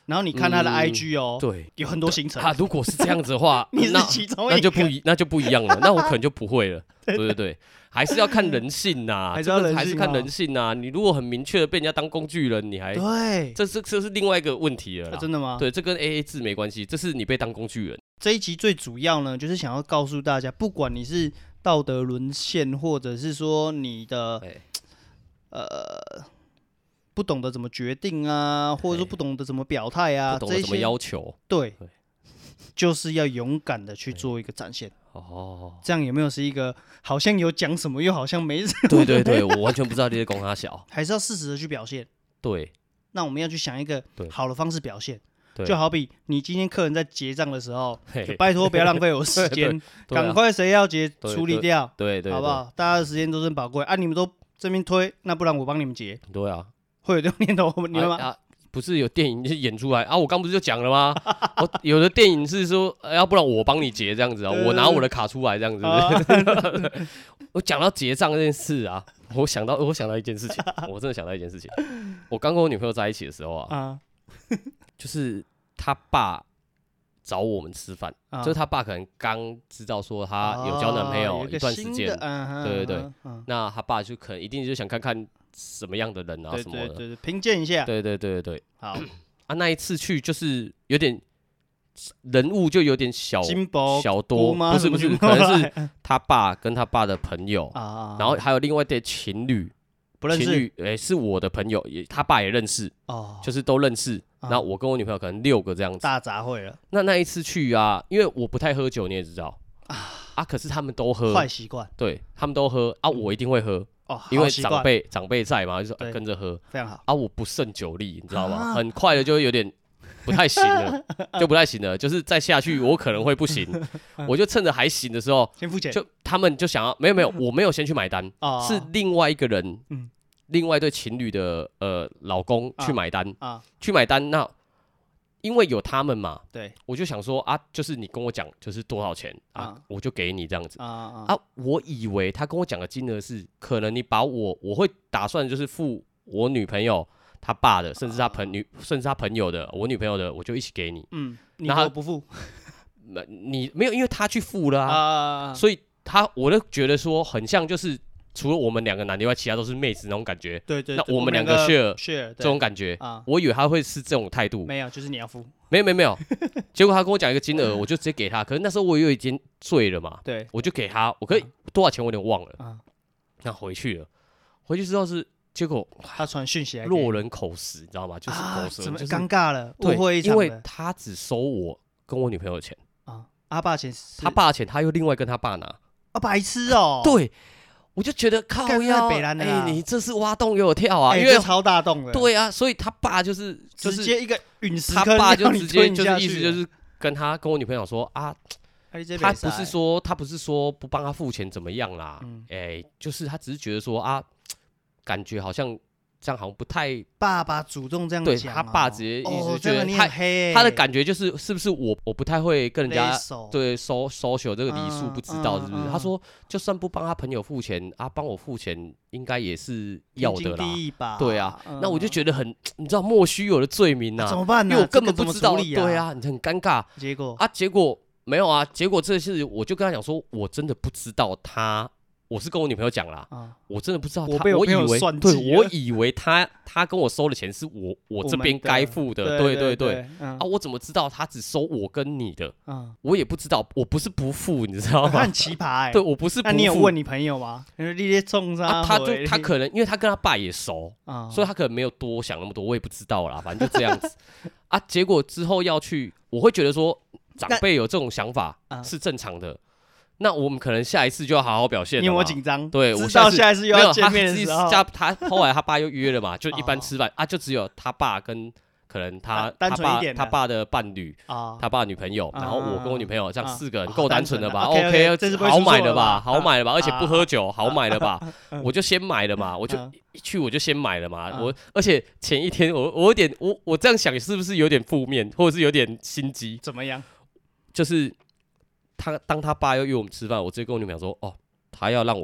然后你看他的 I G 哦，
嗯、对，
有很多行程。
啊，如果是这样子的话，
你是其中一个，
那就不一那就不一样了，那我可能就不会了。对对对，还是要看人性呐，
还是要人性、哦，
还是看人性呐。你如果很明确的被人家当工具人，你还
对，
这是这是另外一个问题了啦、
啊。真的吗？
对，这跟 A A 制没关系，这是你被当工具人。
这一集最主要呢，就是想要告诉大家，不管你是道德沦陷，或者是说你的呃。不懂得怎么决定啊，或者说不懂得怎么表态啊，
不懂得怎么要求，
对，对就是要勇敢的去做一个展现。哦，这样有没有是一个好像有讲什么，又好像没什么？
对对对，我完全不知道你在攻他小，
还是要适时的去表现。
对，
那我们要去想一个好的方式表现。就好比你今天客人在结账的时候，拜托不要浪费我时间，赶、啊、快谁要结处理掉，
对 对, 对，
好不好？大家的时间都是宝贵啊，你们都这边推，那不然我帮你们结。
对啊。
会有这种念头，你们吗、
啊啊？不是有电影就演出来啊？我刚不是就讲了吗？我有的电影是说，呃、要不然我帮你结这样子啊，我拿我的卡出来这样子。啊、我讲到结账这件事啊，我想到我想到一件事情，我真的想到一件事情。我刚跟我女朋友在一起的时候啊，啊就是他爸找我们吃饭，啊、就是他爸可能刚知道说他有交男朋友一段时间，
啊、
对对对，啊、那他爸就可能一定就想看看。什么样的人啊，什么的，
对对对，评鉴一下。
对对对对对，
好
啊，那一次去就是有点人物就有点小小多，不是不是，可能是他爸跟他爸的朋友，啊、然后还有另外一对情侣，
不认识，
情侣哎、欸、是我的朋友，也他爸也认识，哦，就是都认识。然后我跟我女朋友可能六个这样子，
大杂烩了。
那那一次去啊，因为我不太喝酒，你也知道啊，啊，可是他们都喝，
坏习惯，
对他们都喝啊，我一定会喝。
哦、
因为长辈长辈在嘛，就是、跟着喝，
非常好
啊！我不胜酒力，你知道吗？啊、很快的就有点不太行了，就不太行了，就是再下去我可能会不行，我就趁着还行的时候
先付钱，
就他们就想要没有没有，我没有先去买单，哦、是另外一个人，嗯、另外一对情侣的呃老公去买单，啊啊、去买单那。因为有他们嘛，
对，
我就想说啊，就是你跟我讲就是多少钱 啊, 啊，我就给你这样子 啊, 啊, 啊。我以为他跟我讲的金额是，可能你把我我会打算就是付我女朋友他爸的，甚至他朋女，甚至他朋友的，我女朋友的，我就一起给你。
嗯，你我不付，
你没有，因为他去付了 啊, 啊，所以他我就觉得说很像就是。除了我们两个男的以外，其他都是妹子那种感觉。
对 对,
對，那我们两个 share
share
这种感觉、啊，我以为他会是这种态度。
没有，就是你要付。
没有没有没有，结果他跟我讲一个金额，我就直接给他。可是那时候我又已经醉了嘛，
对，
我就给他，我可以、啊、多少钱我有点忘了。啊，那回去了，回去之后是结果
他传讯息来，
落人口实，你知道吗？就是口舌，
怎么
就是
尴尬了？误会一场
了，因为他只收我跟我女朋友的钱
啊，阿爸钱，
他爸的钱他又另外跟他爸拿。
啊，白痴哦！
对。我就觉得靠腰，哎、欸，你这是挖洞给我跳啊！欸、因为
超大洞的。
对啊，所以他爸就是、就是、
直接一个陨石
坑，他爸就直接就是意思就是跟他跟我女朋友说啊，他不是说他不是说不帮他付钱怎么样啦，哎、嗯欸，就是他只是觉得说啊，感觉好像。这样好像不太，
爸爸主动这样讲、哦，
对他爸直接意思觉得
他、
哦欸、他的感觉就是是不是我我不太会跟人家对收 social 这个礼数不知道是不是、嗯嗯？他说就算不帮他朋友付钱啊，帮我付钱应该也是要的啦，对啊、嗯，那我就觉得很你知道莫须有的罪名啊，
怎么办呢、
啊？因为我根本不知道，
这个、
对啊，你很尴尬。
结果
啊，结果没有啊，结果这次我就跟他讲说，我真的不知道他。我是跟我女朋友讲啦、啊，我真的不知道他，
我被我
以为
对，
我以为他他跟我收的钱是我我这边该付的，对对 对, 對，對、嗯、啊，我怎么知道他只收我跟你的？嗯，我也不知道，我不是不付，你知道吗？
他很奇葩哎、欸，
对我不是不付。
那你有問你朋友嗎？因為你在衝啥？
啊，他就他可能因為他跟他爸也熟啊、嗯，所以他可能沒有多想那麼多，我也不知道啦，反正就這樣子啊。結果之後要去，我會覺得說長輩有這種想法是正常的。那我們可能下一次就要好好表現了。
你有沒有緊張？
對，我
下次下一次又要見面的時候，
他他後來他爸又約了嘛，就一般吃飯、哦、啊，就只有他爸跟可能他、啊、
他爸
他爸的伴侶、哦、他爸的女朋友、啊，然後我跟我女朋友這樣四個人夠單純了吧、
啊、
？OK，,
okay
好買了吧？好買了吧？
啊、
而且不喝酒，啊、好買了吧？啊、我就先買了嘛，我就一去我就先買了嘛。啊、我而且前一天我我有點我我這樣想是不是有點負面，或者是有點心機？
怎麼樣？
就是。他當他爸要約我們吃飯，我直接跟我女朋友說：“哦，他要讓我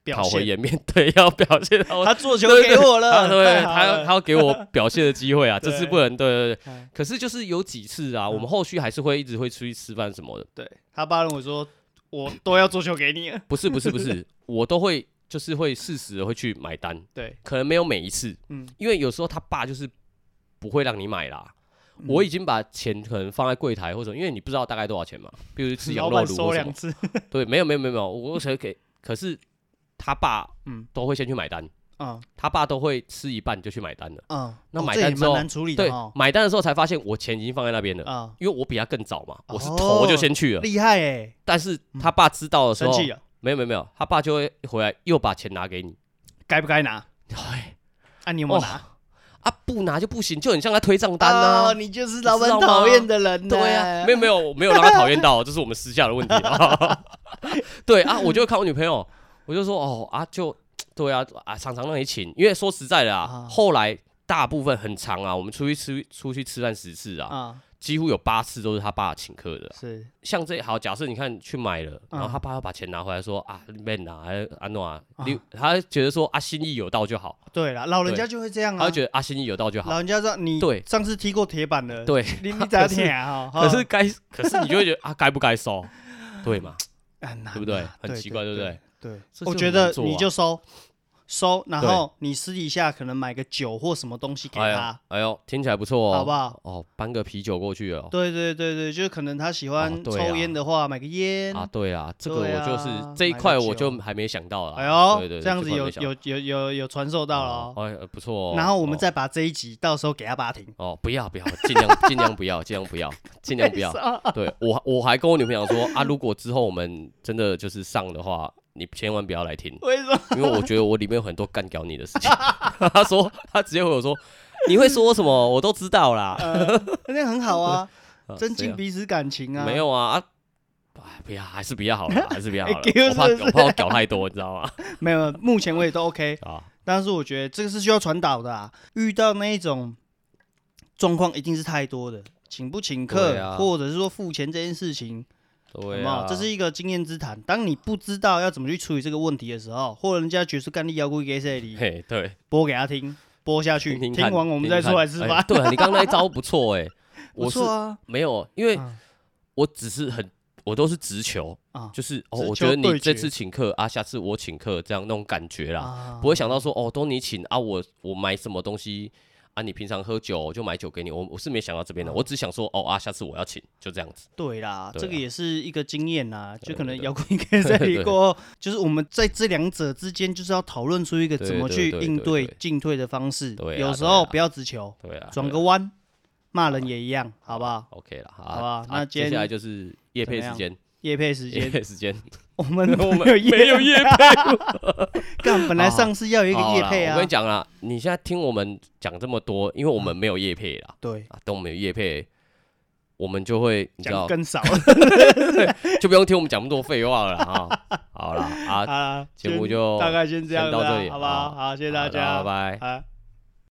表
讨回颜面，对，要表现到
他做球给我了，
对，对他要他要给我表现的机会啊，这是不能，对对对。
嗯、
可是就是有几次啊，嗯、我们后续还是会一直会出去吃饭什么的。
对他爸认为说，我都要做球给你了，
不是不是不是，我都会就是会适时的会去买单，
对，
可能没有每一次，嗯，因为有时候他爸就是不会让你买啦。嗯、我已经把钱可能放在柜台或者，因为你不知道大概多少钱嘛，比如吃羊肉炉或什么，对，没有没有没有没有，我可给，可是他爸嗯都会先去买单，嗯，他爸都会吃一半就去买单了，嗯，那买单之后，
哦、难处理的
对，
哦、
买单的时候才发现我钱已经放在那边了，嗯，因为我比他更早嘛，我是头就先去了，
厉害哎，
但是他爸知道的时候，
生气了，
没有没有没有，他爸就会回来又把钱拿给你，
该不该拿？
哎，
啊，你有没有拿？
哦啊，不拿就不行，就很像在推账单啊！
哦、你就是老板讨厌的人，
对啊，没有没有没有让他讨厌到，这是我们私下的问题。对啊，我就会看我女朋友，我就说哦啊，就对啊啊，常常让你请，因为说实在的啊，啊后来大部分很长啊，我们出去吃出去吃饭十次啊。啊几乎有八次都是他爸请客的、啊，
是
像这好，假设你看去买了，然后他爸要把钱拿回来说、嗯、啊，免啊，还是安诺啊，你他觉得说啊，心意有到就好。
对啦，老人家就会这样啊，
他觉得啊，心意有到就好。
老人家说你对上次踢过铁板了，
对，
你你咋踢啊？
可是该，可是你就会觉得啊，该不该收？对嘛？对不对？很奇怪，对不对？
对，我觉得你就收。收，然后你私底下可能买个酒或什么东西给他，
哎呦，哎呦听起来不错哦，
好不好？
哦，搬个啤酒过去哦。
对对对对，就是可能他喜欢抽烟的话，哦啊、买个烟
啊。对啊，这个我就是、啊、这一块我就还没想到啦。
哎呦，
对对对
这样子有有有有有传授到了哦。
哎、哦，不错哦。
然后我们再把这一集到时候给他爸听。
哦，不要不要，尽量尽量不要，尽量不要，尽量不要。对我我还跟我女朋友说啊，如果之后我们真的就是上的话。你千万不要来听，
为什么？
因为我觉得我里面有很多干掉你的事情。他说，他直接回我说，你会说什么，我都知道啦。
呃、那很好啊，增进彼此感情啊。
没有啊，啊不要，还是不要好了，还是不要好了。我怕我怕我搞太多，你知道吗？
没有，目前我也都 OK 啊。但是我觉得这个是需要传导的啊。遇到那一种状况，一定是太多的，请不请客，啊、或者是说付钱这件事情。
对啊，
这是一个经验之谈。当你不知道要怎么去处理这个问题的时候，或者人家觉得干你要故意给谁里，
嘿，对，
播给他听，播下去，
听, 听,
听完我们再出来吃饭。
欸、对、啊，你刚刚那一招不错哎、欸，
不错啊，
没有，因为我只是很，我都是直球啊，就是哦，我觉得你这次请客啊，下次我请客，这样那种感觉啦，啊、不会想到说哦，都你请啊，我我买什么东西。啊，你平常喝酒就买酒给你，我我是没想到这边的，嗯、我只想说哦啊，下次我要请，就这样子。
对啦，对啦这个也是一个经验啦，就可能摇滚可以在里过，就是我们在这两者之间，就是要讨论出一个怎么去应对进退的方式。
对，
有时候不要直球，
对啊，
转个弯，骂人也一样，好不好
？OK 了，
好吧。那
接下来就是业配时间，
业配时间，
业配时间。
我们
我们没有业配，
干本来上次要有一个业配啊！
我跟你讲啦，你现在听我们讲这么多，因为我们没有业配啦。
对
啊，等我们有业配，我们就会你知道
更少，
就不用听我们讲那么多废话了啊！好啦啊，节目就
大概先这样
到这里，
好不好？好，谢谢大家，
拜拜。